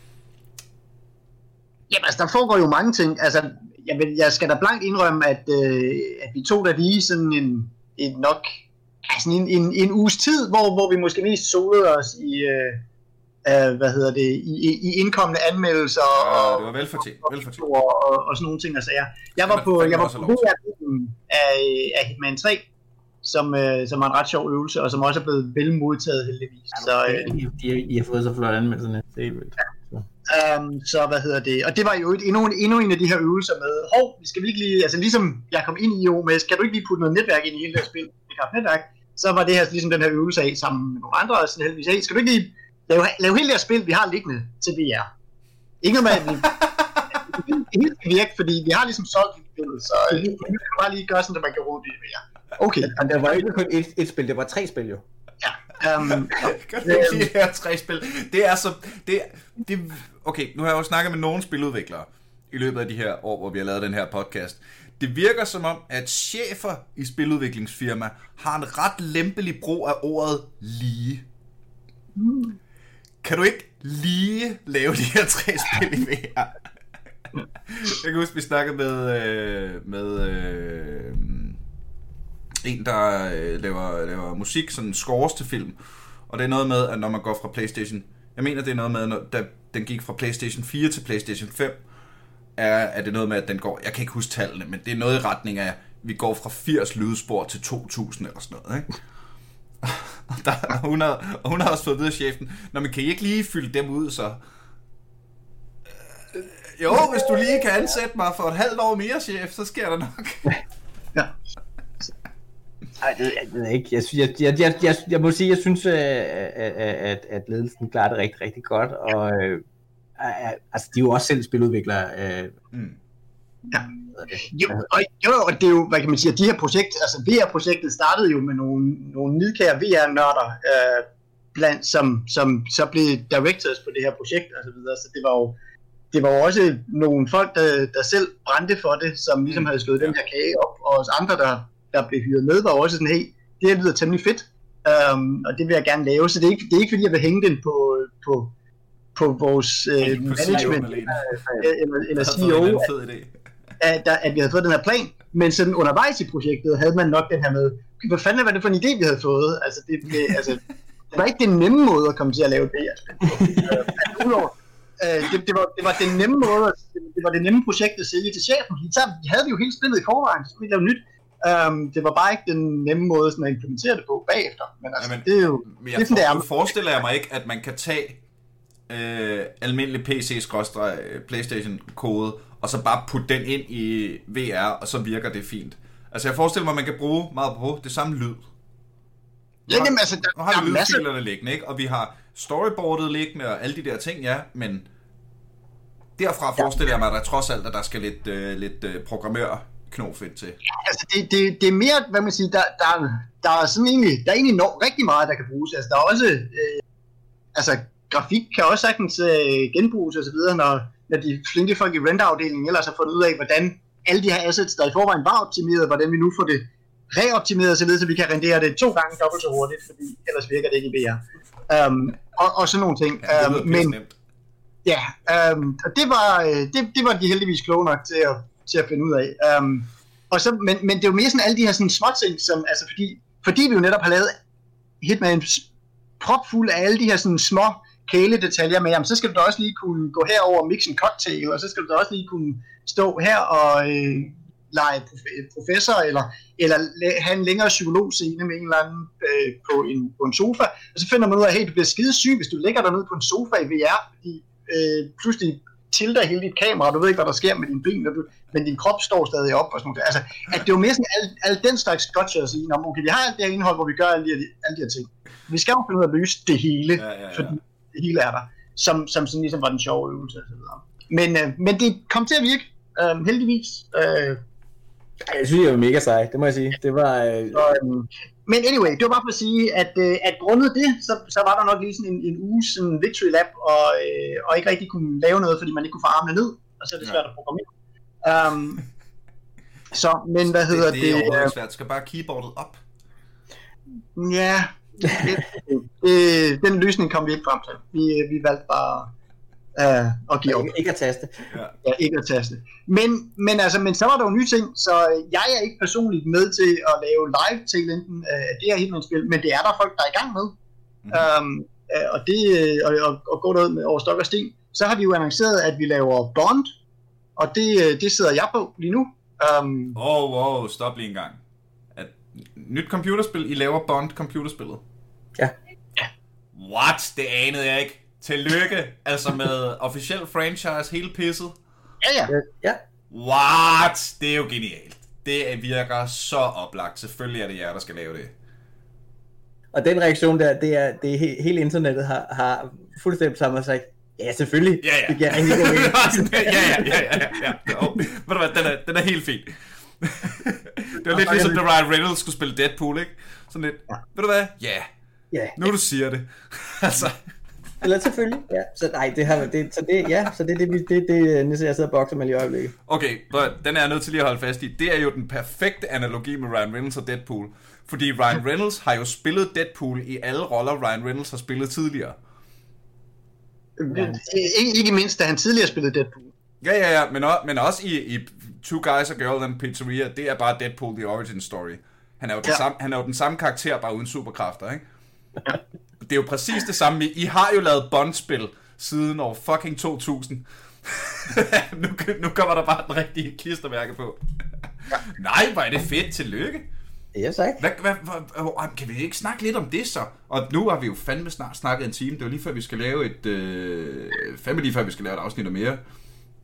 Jamen, altså, der foregår jo mange ting. Altså, jeg skal da blankt indrømme, at vi tog da lige sådan en en uges tid, hvor vi måske mest solede os i i indkommende anmeldelser og det var velfortjent og sådan nogle ting og sager. Jeg var på af Hitman 3, som var en ret sjov øvelse, og som også er blevet vel modtaget heldigvis. Så I har fået så flot anmeldelserne. Det er helt vildt. Så og det var jo endnu en af de her øvelser med, vi skal virkelig, altså ligesom jeg kom ind i IO med, skal du ikke lige putte noget netværk ind i hele det her spil, det kan netværk, så var det her ligesom den her øvelse af sammen med nogle andre, og sådan heldigvis, hey, skal du ikke lige lave hele det her spil, vi har liggende til VR? Ikke noget med, at det helt skal virke, fordi vi har ligesom solgt spillet, så vi kan bare lige gøre sådan, at man kan råbe det i VR. Okay. Men der var ikke kun et spil, det var 3 spil jo. Ja. Kan du ikke sige, her 3 spil? Det er så... Okay, nu har jeg jo snakket med nogle spiludviklere i løbet af de her år, hvor vi har lavet den her podcast. Det virker som om, at chefer i spiludviklingsfirma har en ret lempelig brug af ordet lige. Kan du ikke lige lave de her 3 spil i VR? Jeg kan huske, vi snakkede med en, der laver musik, sådan scores til film. Og det er noget med, at når man går fra PlayStation... Jeg mener, det er noget med, da den gik fra PlayStation 4 til PlayStation 5, er det noget med, at den går... Jeg kan ikke huske tallene, men det er noget i retning af, vi går fra 80 lydspor til 2000 eller sådan noget, ikke? Og hun har også fået videre chefen, når man kan I ikke lige fylde dem ud, så... Jo, hvis du lige kan ansætte mig for et halvt år mere, chef, så sker der nok. Ja. Nej, det ved jeg ikke. Jeg må sige, jeg synes, at ledelsen klarer det rigtig, rigtig godt, og altså, de er jo også selv spiludviklere. Ja. Jo, og det er jo, hvad kan man sige, de her projekter, altså VR-projektet startede jo med nogle nidkære VR-nørder, blandt, som så blev directors på det her projekt og så videre, så det var jo også nogle folk, der selv brændte for det, som ligesom havde slået den her kage op, og os andre, der blev hyret med, var også sådan, hey, det her lyder temmelig fedt, og det vil jeg gerne lave, så det er ikke fordi, jeg vil hænge den på vores management eller CEO, at vi havde fået den her plan, men sådan undervejs i projektet havde man nok den her med, hvad fanden var det for en idé, vi havde fået? Altså, det var ikke den nemme måde at komme til at lave det. Det var den nemme måde, det var det nemme projekt at sælge til chefen, fordi så havde vi jo hele spillet i forvejen, så vi lavede nyt. Det var bare ikke den nemme måde sådan at implementere det på bagefter, men altså, det er jo jeg forestiller jeg mig ikke, at man kan tage almindelig PC/PlayStation-kode, og så bare putte den ind i VR, og så virker det fint. Altså jeg forestiller mig, at man kan bruge meget på det samme lyd. Ja, jamen, altså, nu har vi lydfilerne liggende, ikke? Og vi har storyboardet liggende, og alle de der ting, ja, men derfra forestiller jeg mig, at der trods alt, at der skal lidt programmør-knof ind til. Ja, altså det er mere, hvad man siger, der er sådan egentlig, rigtig meget, der kan bruges. Altså der er også, altså grafik kan også sagtens genbruges og så videre, når de flinke folk i render-afdelingen ellers har fundet ud af, hvordan alle de her assets, der i forvejen var optimeret, hvordan vi nu får det reoptimeret, således at vi kan rendere det 2 gange dobbelt så hurtigt, fordi ellers virker det ikke i VR. Og sådan nogle ting. Ja, det men ja, og det var de heldigvis kloge nok til at finde ud af. Og så, men det er jo mere sådan alle de her sådan små ting, som, altså fordi vi jo netop har lavet Hitman propfuld af alle de her sådan små kæledetaljer med, jamen, så skal du da også lige kunne gå herover og mixe en cocktail, og så skal du da også lige kunne stå her og lege professor, eller have en længere psykologscene med en eller anden på en sofa, og så finder man ud af, hey, du bliver skide syg, hvis du ligger der nede på en sofa i VR, fordi pludselig tilter hele dit kamera, og du ved ikke, hvad der sker med dine ben, men din krop står stadig op og sådan noget. Altså, at det er jo mere sådan alle den slags gotcha at sige, okay, vi har alt det her indhold, hvor vi gør alle de her ting. Vi skal jo finde ud af at løse det hele, fordi det hele er der, som sådan ligesom var den sjove øvelse og så videre. Men det kom til at virke, heldigvis. Jeg synes, det var mega sej, det må jeg sige. Det var... Men anyway, det var bare for at sige, at grundet det, så var der nok lige sådan en uge sådan victory lap, og ikke rigtig kunne lave noget, fordi man ikke kunne få armene ned, og så er det svært at programmere. Så, men hvad hedder det? Det er overhovedet svært. Du skal bare keyboardet op. Ja, den løsning kom vi ikke frem til. Vi valgte bare at give op. Ikke at taste. Ja, ikke at taste. Men så var der jo nye ting, så jeg er ikke personligt med til at lave live-talenten af det her Hitman-spil, men det er der folk, der er i gang med. Og gå noget med over stok og sten. Så har vi jo annonceret, at vi laver Bond, og det sidder jeg på lige nu. Stop lige en gang. Nyt computerspil, I laver Bond computerspillet? Ja. What? Det anede jeg ikke. Tillykke, altså med officiel franchise, hele pisset. Ja. What? Det er jo genialt. Det virker så oplagt. Selvfølgelig er det jer, der skal lave det. Og den reaktion der, det er hele internettet har fuldstændig sammen sagt, ja, selvfølgelig. Ja. Det giver rigtig god mening. Ja. Ved du hvad, den er helt fin. Det var lidt ligesom, da Ryan Reynolds skulle spille Deadpool, ikke? Sådan lidt, ved du hvad? Ja. Nu du siger det. Altså... Eller selvfølgelig, ja. Så nej, det er det Nisse, jeg sidder og bokser med lige i øjeblikket. Okay, den er jeg nødt til lige at holde fast i. Det er jo den perfekte analogi med Ryan Reynolds og Deadpool. Fordi Ryan Reynolds har jo spillet Deadpool i alle roller, Ryan Reynolds har spillet tidligere. Ikke mindst, da han tidligere spillede Deadpool. Ja, men også i Two Guys, a Girl and Pizzeria, det er bare Deadpool, the origin story. Han er jo den samme karakter, bare uden superkræfter, ikke? Det er jo præcis det samme. I har jo lavet Bond-spil siden år fucking 2000. nu kommer der bare den rigtige klistermærke på. Nej, hvor er det fedt. Tillykke. Ja, tak. Kan vi ikke snakke lidt om det så? Og nu har vi jo fandme snart snakket en time. Det var lige før vi skal lave et afsnit og mere.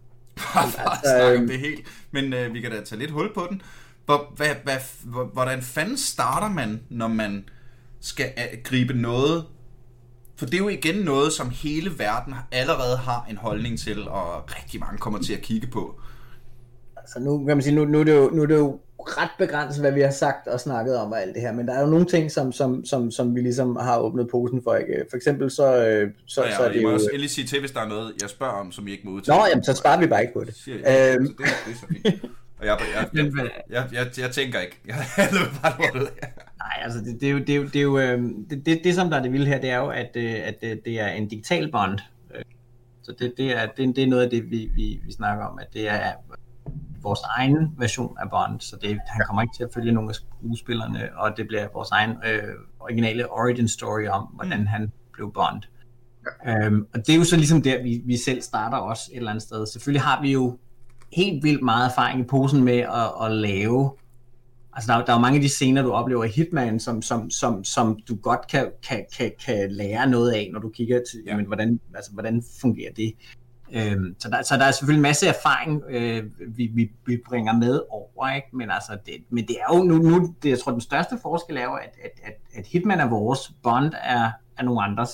snakke om det helt. Men vi kan da tage lidt hul på den. Hvordan fanden starter man, når man skal gribe noget? For det er jo igen noget, som hele verden allerede har en holdning til, og rigtig mange kommer til at kigge på. Altså nu kan man sige, nu er det jo ret begrænset, hvad vi har sagt og snakket om og alt det her, men der er jo nogle ting, som vi ligesom har åbnet posen for, ikke? For eksempel så er det I må jo... også endelig sige til, hvis der er noget, jeg spørger om, som I ikke må udtale. Nå, jamen, så sparer vi bare ikke på det. Så det er så fint. Og jeg tænker ikke. Jeg løber bare lortet. Nej, altså det er jo det som der er det vilde her, det er jo, at det er en digital bånd. Så det er noget af det, vi snakker om, at det er vores egen version af Bond, så han kommer ikke til at følge nogle af skuespillerne, og det bliver vores egen originale origin story om, hvordan han blev Bond. Og det er jo så ligesom der, vi selv starter også et eller andet sted. Selvfølgelig har vi jo helt vildt meget erfaring i posen med at lave. Altså der er jo mange af de scener, du oplever i Hitman, som du godt kan lære noget af, når du kigger til, jamen, hvordan fungerer det. Så der er selvfølgelig en masse erfaring, vi bringer med over, ikke? Men det er jo nu jeg tror den største forskel er jo, at Hitman er vores, Bond er nogle andres.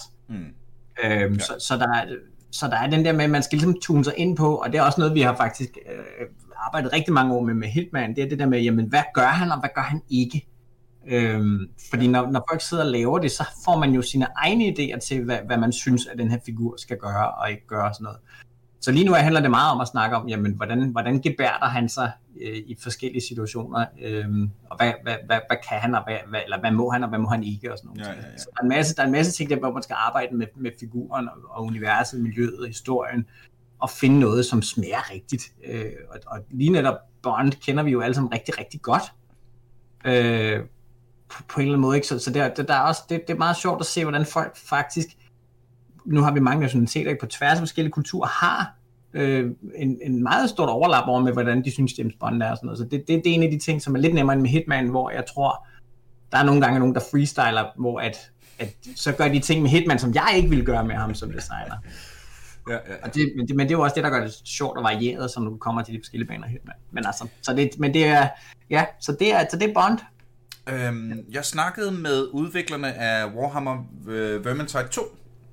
Så der er den der med, at man skal ligesom tune sig ind på, og det er også noget, vi har faktisk arbejdet rigtig mange år med Hitman, det er det der med, jamen hvad gør han, og hvad gør han ikke? Fordi når folk sidder og laver det, så får man jo sine egne idéer til, hvad man synes, at den her figur skal gøre og ikke gøre og sådan noget. Så lige nu handler det meget om at snakke om, jamen, hvordan gebærder han sig i forskellige situationer, og hvad kan han, og hvad må han, og hvad må han ikke, og sådan noget. Ja. Så der er en masse ting, der hvor man skal arbejde med figuren og universet, miljøet og historien, og finde noget, som smager rigtigt. Og lige netop Bond kender vi jo alle sammen rigtig, rigtig godt. På en eller anden måde, ikke? Så der er også, det er meget sjovt at se, hvordan folk faktisk, nu har vi mange nationaliteter på tværs af forskellige kulturer, har en meget stort overlap over med, hvordan de synes, James Bond er og sådan noget. Så det er en af de ting, som er lidt nemmere end med Hitman, hvor jeg tror, der er nogle gange nogen, der freestyler, hvor at så gør de ting med Hitman, som jeg ikke ville gøre med ham som designer. Ja. Og men det er jo også det, der gør det sjovt og varieret, som når du kommer til de forskellige baner Hitman. Men altså, så det er Bond. Jeg snakkede med udviklerne af Warhammer Vermintide 2.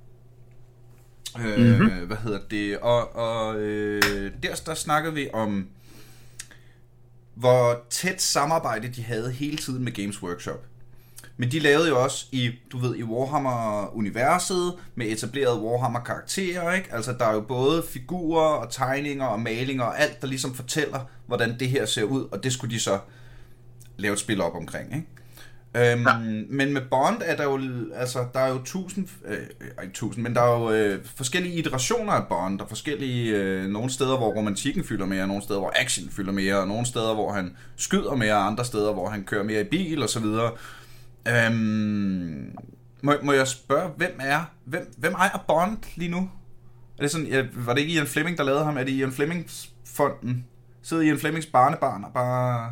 Hvad hedder det? Og der snakkede vi om, hvor tæt samarbejde de havde hele tiden med Games Workshop. Men de lavede jo også i Warhammer-universet med etablerede Warhammer-karakterer, ikke? Altså der er jo både figurer og tegninger og malinger og alt, der ligesom fortæller, hvordan det her ser ud, og det skulle de så lave et spil op omkring, ikke? Men med Bond er der jo, altså der er jo men der er jo forskellige iterationer af Bond, og forskellige, nogle steder, hvor romantikken fylder mere, nogle steder, hvor action fylder mere, og nogle steder, hvor han skyder mere, og andre steder, hvor han kører mere i bil, og så videre. Må jeg spørge, hvem ejer Bond lige nu? Er det sådan, var det ikke Ian Fleming, der lavede ham? Er det Ian Flemings fonden? Sidder Ian Flemings barnebarn og bare...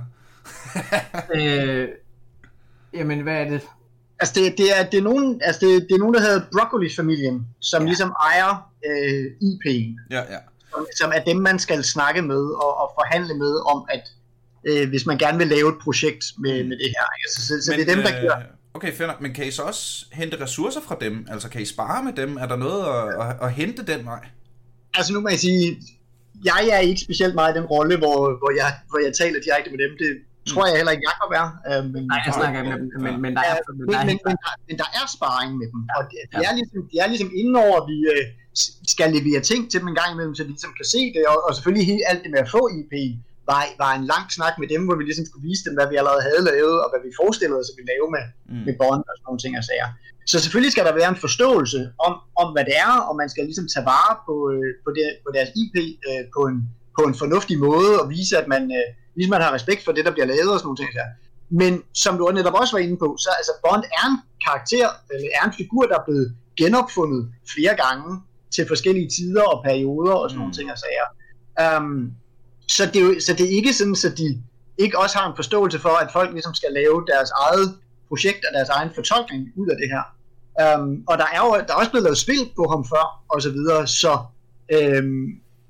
Jamen, hvad er det? Altså, det er nogen, der hedder Broccoli-familien, som ligesom ejer IP'en. Ja. Som er dem, man skal snakke med og forhandle med om, at hvis man gerne vil lave et projekt med det her. Altså, så det er dem, der giver... Okay, fair nok. Men kan I så også hente ressourcer fra dem? Altså, kan I spare med dem? Er der noget at hente den vej? Altså, nu må jeg sige, jeg er ikke specielt meget i den rolle, hvor jeg taler direkte med dem. Det tror jeg heller ikke, jeg kan være. Nej, jeg snakker ikke med dem, men der er sparring med dem. Og det er ligesom inden over, vi skal levere ting til dem en gang imellem, så de ligesom kan se det. Og selvfølgelig helt alt det med at få IP var en lang snak med dem, hvor vi ligesom skulle vise dem, hvad vi allerede havde lavet, og hvad vi forestillede os, at vi lavede med Bond og sådan nogle ting og sager. Så selvfølgelig skal der være en forståelse om hvad det er, og man skal ligesom tage vare på deres IP på en fornuftig måde, og vise, at man ligesom man har respekt for det, der bliver lavet og sådan nogle ting der. Men som du netop også var inde på, så altså Bond er en karakter, eller er en figur, der er blevet genopfundet flere gange til forskellige tider og perioder og sådan nogle ting og sager. Så det er ikke sådan, at de ikke også har en forståelse for, at folk ligesom skal lave deres eget projekt og deres egen fortolkning ud af det her. Og der er også blevet lavet spil på ham før, og så videre, så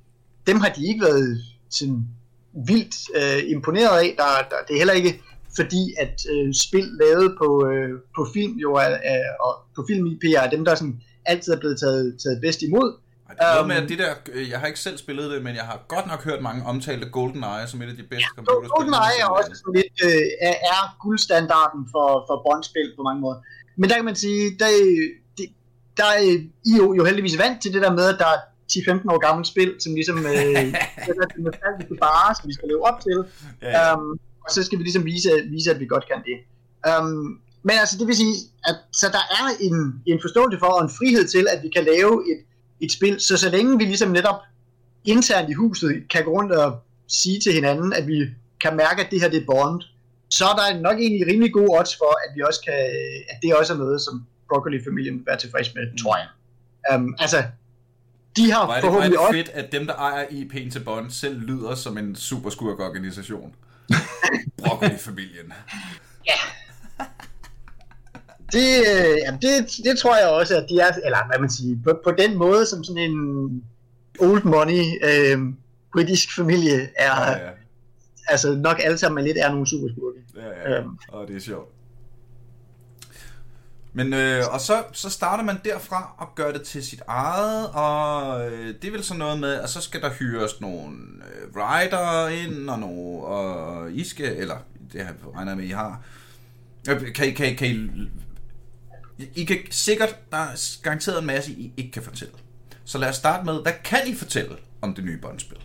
dem har de ikke været sådan vildt imponeret af. Det er heller ikke fordi, at spil lavet på film jo og på film-IP'er er dem, der sådan altid er blevet taget bedst imod. Det er med, at det der, jeg har ikke selv spillet det, men jeg har godt nok hørt mange omtale GoldenEye som et af de bedste computerspil. GoldenEye er også sådan lidt er guldstandarden for Bond-spil på mange måder. Men der kan man sige, der er I jo heldigvis vant til det der med, at der er 10-15 år gammelt spil, som ligesom er den nostalgiske bare, som vi skal leve op til. Ja. Og så skal vi ligesom vise, at vi godt kan det. Men altså, det vil sige, at så der er en forståelse for, og en frihed til, at vi kan lave et spil, så længe vi ligesom netop internt i huset kan gå rundt og sige til hinanden, at vi kan mærke, at det her det er Bond, så er der nok egentlig rimelig gode odds for, at vi også kan, at det også er noget, som Broccoli-familien vil være tilfreds med, tror jeg. Altså, de har forhåbentlig også... Det er fedt, at dem, der ejer IP'en til Bond, selv lyder som en superskurk-organisation. Broccoli-familien. Ja. Det tror jeg også, at de er, eller hvad man siger, på den måde, som sådan en old money britisk familie er, altså nok alle sammen lidt er nogle superskurke. Og det er sjovt. Men og så starter man derfra og gør det til sit eget, og det er vel sådan noget med, at så skal der hyres nogle writer ind, og I skal, eller det her regner med, I har. I kan sikkert, der er garanteret en masse, I ikke kan fortælle. Så lad os starte med, hvad kan I fortælle om det nye Bond-spil?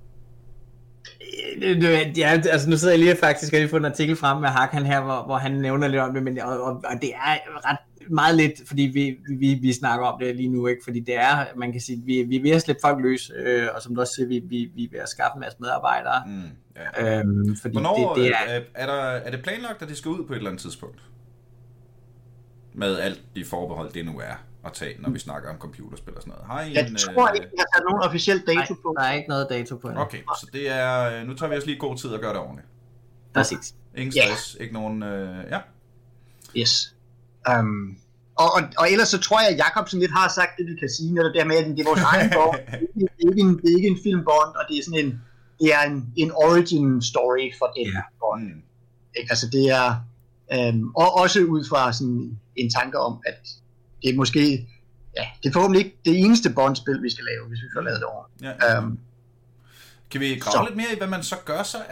Ja, altså nu sidder jeg lige faktisk og lige fået en artikel frem med Hakan her, hvor han nævner lidt om det, men og det er ret meget lidt, fordi vi snakker om det lige nu, ikke? Fordi det er, man kan sige, vi er ved at slippe folk løs, og som du også siger, vi er ved at skaffe en masse medarbejdere. Fordi hvornår er det planlagt, at det skal ud på et eller andet tidspunkt? Med alt de forbehold, det nu er at tage, når vi snakker om computerspil og sådan noget. Har I jeg tror ikke, jeg har nogen officiel dato på. Der er ikke noget dato på. Okay, så det er, nu tager vi os lige god tid at gøre det ordentligt. Præcis. Ingen stress, ikke nogen, ja. Yes. Og ellers så tror jeg, at Jacob sådan lidt har sagt det, vi kan sige, når det der med, at det er vores egen Bond. Det er ikke en film Bond, og det er sådan en origin story for den Bond. Altså det er, og også ud fra sådan en tanke om, at det er måske, det er forhåbentlig ikke det eneste Bond-spil, vi skal lave, hvis vi får lavet det over. Ja. Kan vi grave lidt mere i, hvad man så gør sig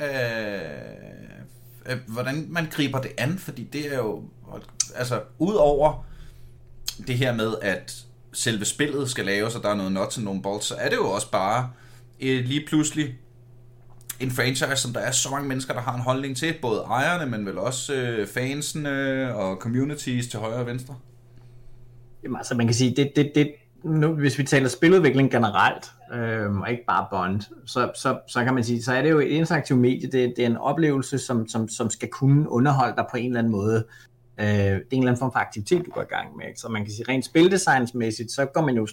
af hvordan man griber det an? Fordi det er jo, altså udover det her med, at selve spillet skal laves, og der er noget nuts og nogle bolts, så er det jo også bare lige pludselig en franchise, som der er så mange mennesker, der har en holdning til, både ejerne, men vel også fansene og communities til højre og venstre. Jamen altså man kan sige, nu, hvis vi taler spiludvikling generelt, og ikke bare Bond, så kan man sige, så er det jo et interaktivt medie, det er en oplevelse, som skal kunne underholde dig på en eller anden måde. Det er en eller anden form for aktivitet, du går i gang med. Så man kan sige, rent spildesignsmæssigt, så går man jo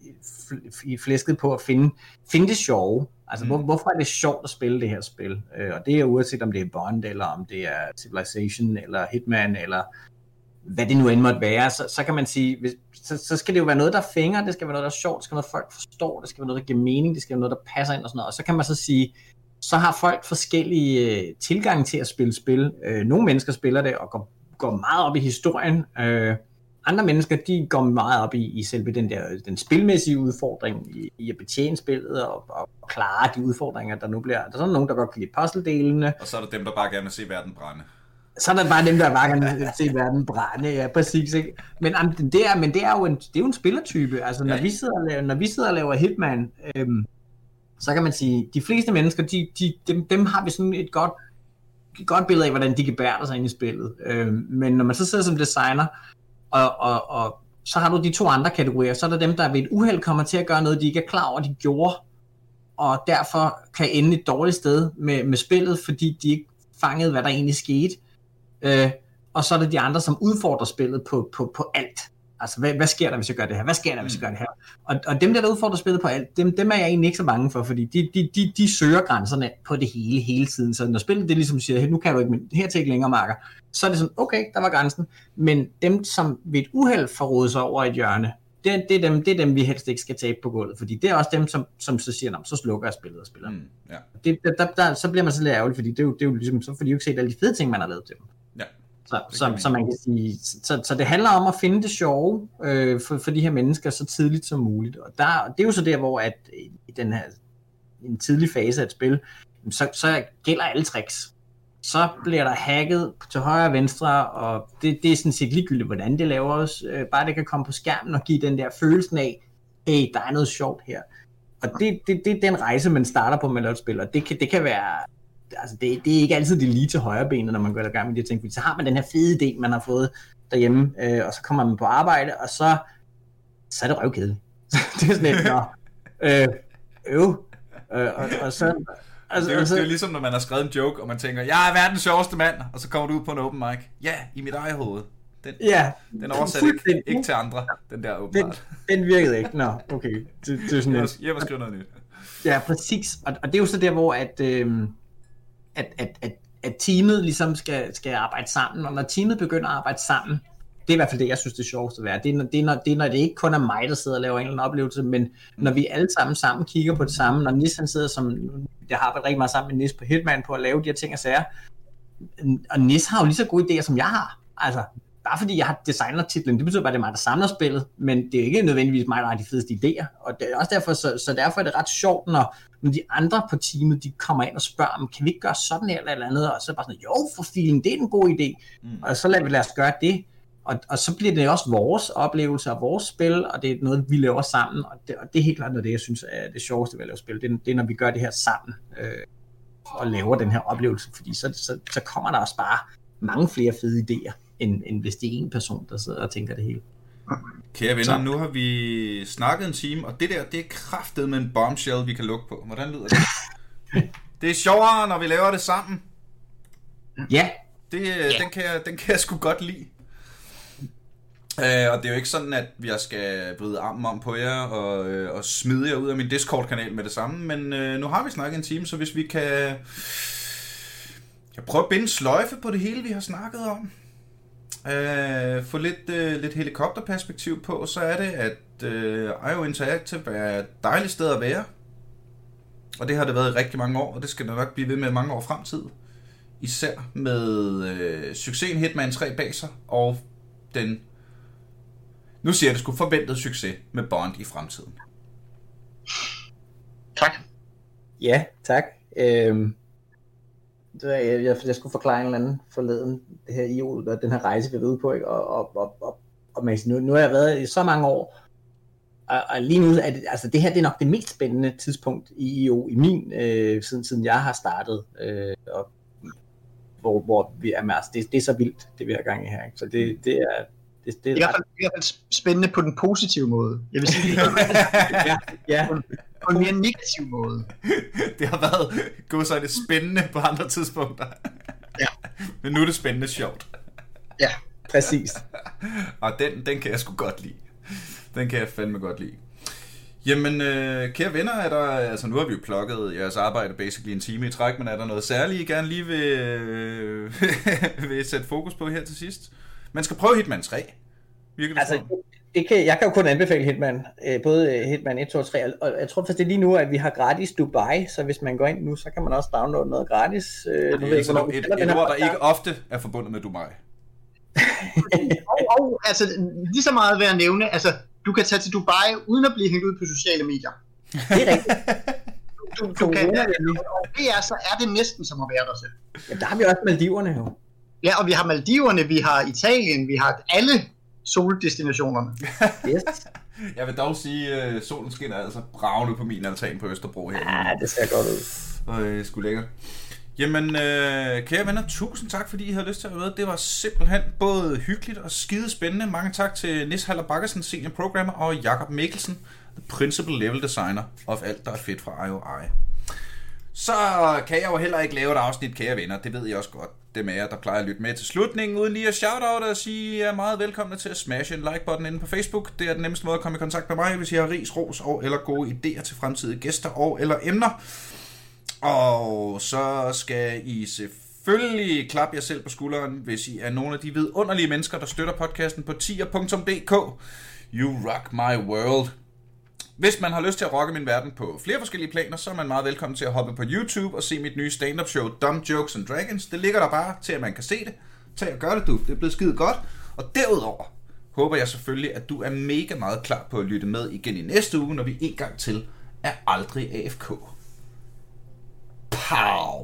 i flæsket på at finde det sjove. Altså, hvorfor er det sjovt at spille det her spil? Og det er uanset om det er Bond, eller om det er Civilization, eller Hitman, eller hvad det nu end måtte være, så kan man sige, så skal det jo være noget, der fænger, det skal være noget, der er sjovt, det skal være noget, folk forstår, det skal være noget, der giver mening, det skal være noget, der passer ind og sådan noget. Og så kan man så sige, så har folk forskellige tilgange til at spille spil. Nogle mennesker spiller det og går meget op i historien. Andre mennesker, de går meget op i selve den spilmæssige udfordring i at betjene spillet og klare de udfordringer, der nu bliver. Der er sådan nogen, der godt kan lide puzzle-delene. Og så er der dem, der bare gerne vil se verden brænde. Så er der bare dem, der bare gerne vil se verden brænde, ja, præcis, ikke? Men det er jo en spillertype. Altså, når vi sidder og laver Hitman, så kan man sige, de fleste mennesker, dem har vi sådan et godt billede af, hvordan de kan bære sig ind i spillet. Men når man så sidder som designer, og så har du de to andre kategorier, så er der dem, der ved et uheld kommer til at gøre noget, de ikke er klar over, de gjorde, og derfor kan ende et dårligt sted med spillet, fordi de ikke fangede, hvad der egentlig skete. Og så er der de andre, som udfordrer spillet på alt. Altså, hvad sker der, hvis jeg gør det her? Hvad sker der, hvis jeg gør det her? Og dem, der udfordrer spillet på alt, dem er jeg egentlig ikke så bange for, fordi de søger grænserne på det hele tiden. Så når spillet det ligesom siger, nu kan du ikke, men hertil ikke længere, marker, så er det sådan, okay, der var grænsen. Men dem, som ved et uheld får rodet sig over et hjørne, det er dem, vi helst ikke skal tabe på gulvet, fordi det er også dem, som så siger, så slukker jeg spillet og spiller. Ja. Så bliver man så lidt ærgerlig, fordi det er jo ligesom, så får de jo ikke set alle de fede ting, man har lavet til dem. Ja. Så man kan sige, så det handler om at finde det sjove for de her mennesker så tidligt som muligt. Og det er jo så der, hvor at i den her en tidlig fase af et spil, så gælder alle tricks. Så bliver der hacket til højre og venstre, og det er sådan set ligegyldigt, hvordan det laver os. Bare det kan komme på skærmen og give den der følelsen af, hey, der er noget sjovt her. Og det er den rejse, man starter på med et spil, og det kan være, altså det er ikke altid det lige til højre benet, når man går i gang med de ting, fordi så har man den her fede idé, man har fået derhjemme, og så kommer man på arbejde, og så er det røvkedeligt. Det er sådan lidt, og så... Altså, det er jo ligesom, når man har skrevet en joke, og man tænker, jeg er verdens sjoveste mand, og så kommer du ud på en open mic. Ja, i mit eget hoved. Den oversætter ikke til andre, den der åbenbart. Den virkede ikke. Nå, okay. Det er sådan jeg vil skrive noget nyt. Ja, præcis. Og det er jo så der, hvor at teamet ligesom skal arbejde sammen, og når teamet begynder at arbejde sammen, det er i hvert fald det, jeg synes, det er sjovest at være. Det er, når det ikke kun er mig, der sidder og laver en eller anden oplevelse, men når vi alle sammen kigger på det samme, når Nis han sidder som, jeg har arbejdet rigtig meget sammen med Nis på Hitman på at lave de her ting og sager, og Nis har jo lige så gode idéer, som jeg har. Altså, bare fordi jeg har designer-titlen, det betyder bare, at det er mig, der samler spillet, men det er ikke nødvendigvis mig, der har de fedeste idéer. Og det er også derfor, så derfor er det ret sjovt, når de andre på teamet, de kommer ind og spørger dem, kan vi ikke gøre sådan her eller andet, og så bare sådan, jo, for filen, det er en god idé, og så lad os gøre det. Og så bliver det også vores oplevelse og vores spil, og det er noget, vi laver sammen, og det er helt klart noget, det jeg synes er det sjoveste ved at lave spil. Det er, når vi gør det her sammen, og laver den her oplevelse, fordi så kommer der også bare mange flere fede idéer, end hvis det er en person, der sidder og tænker det hele. Kære venner, nu har vi snakket en time, og det er kraftet med en bombshell, vi kan lukke på. Hvordan lyder det? Det er sjovere, når vi laver det sammen. Ja. Den kan jeg sgu godt lide. Og det er jo ikke sådan, at jeg skal bryde armen om på jer og smide jer ud af min Discord-kanal med det samme, men nu har vi snakket en time, så hvis vi kan prøve at binde sløjfe på det hele, vi har snakket om, få lidt helikopterperspektiv på, så er det, at IO Interactive er et dejligt sted at være, og det har det været i rigtig mange år, og det skal det nok blive ved med mange år fremtid, især med succesen Hitman 3 bag sig, og den nu siger jeg, det skulle forventet succes med Bond i fremtiden. Tak. Ja, tak. Jeg skulle forklare en eller anden forleden, det her IO, og den her rejse, vi er ude på, ikke? Og man siger, nu har jeg været i så mange år, og lige nu er det, altså det her, det er nok det mest spændende tidspunkt i IO, i min, siden jeg har startet, og hvor vi er med, altså det er så vildt, det vi har gang i her, ikke? Så det er i hvert fald spændende på den positive måde. Jeg vil sige, ja. På en mere negativ måde. Det har været gået så det spændende på andre tidspunkter. Ja. Men nu er det spændende sjovt. Ja, præcis. Og den kan jeg sgu godt lide. Den kan jeg fandme godt lide. Jamen, kære venner, er der, altså nu har vi jo plukket jeres arbejde basically en time i træk, men er der noget særligt, I gerne lige vil sætte fokus på her til sidst? Man skal prøve Hitman 3. Altså, jeg kan jo kun anbefale Hitman, både Hitman 1, 2 og 3, og jeg tror faktisk det er lige nu, at vi har gratis Dubai, så hvis man går ind nu, så kan man også downloade noget gratis. Et ord, der ikke ofte er forbundet med Dubai. og altså, lige så meget ved at nævne, altså, du kan tage til Dubai, uden at blive hængt ud på sociale medier. Det er rigtigt. Du kan, så er det næsten som at være der selv. Ja, der har vi også Maldiverne jo. Ja, og vi har Maldiverne, vi har Italien, vi har alle soldestinationerne. Yes. Jeg vil dog sige, at solen skinner altså bravende på min altan på Østerbro her. Ja, det ser godt ud. Og sgu lækkert. Jamen, kære venner, tusind tak, fordi I havde lyst til at være med. Det var simpelthen både hyggeligt og skide spændende. Mange tak til Nis Haller Bakkersen, senior programmer, og Jakob Mikkelsen, the principal level designer of alt, der er fedt fra IOI. Så kan jeg jo heller ikke lave et afsnit, kære venner. Det ved I også godt. Dem af jer, der plejer at lytte med til slutningen, uden lige at shout-out og sige, I er meget velkomne til at smashe en like-button inde på Facebook. Det er den nemmeste måde at komme i kontakt med mig, hvis I har ris, ros og eller gode idéer til fremtidige gæster og eller emner. Og så skal I selvfølgelig klappe jer selv på skulderen, hvis I er nogle af de vidunderlige mennesker, der støtter podcasten på tier.dk. You rock my world. Hvis man har lyst til at rocke min verden på flere forskellige planer, så er man meget velkommen til at hoppe på YouTube og se mit nye stand-up show, Dumb Jokes and Dragons. Det ligger der bare til, at man kan se det. Tag og gør det, du. Det er blevet skide godt. Og derudover håber jeg selvfølgelig, at du er mega meget klar på at lytte med igen i næste uge, når vi en gang til er aldrig AFK. Pow!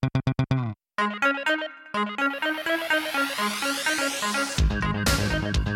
Thank you.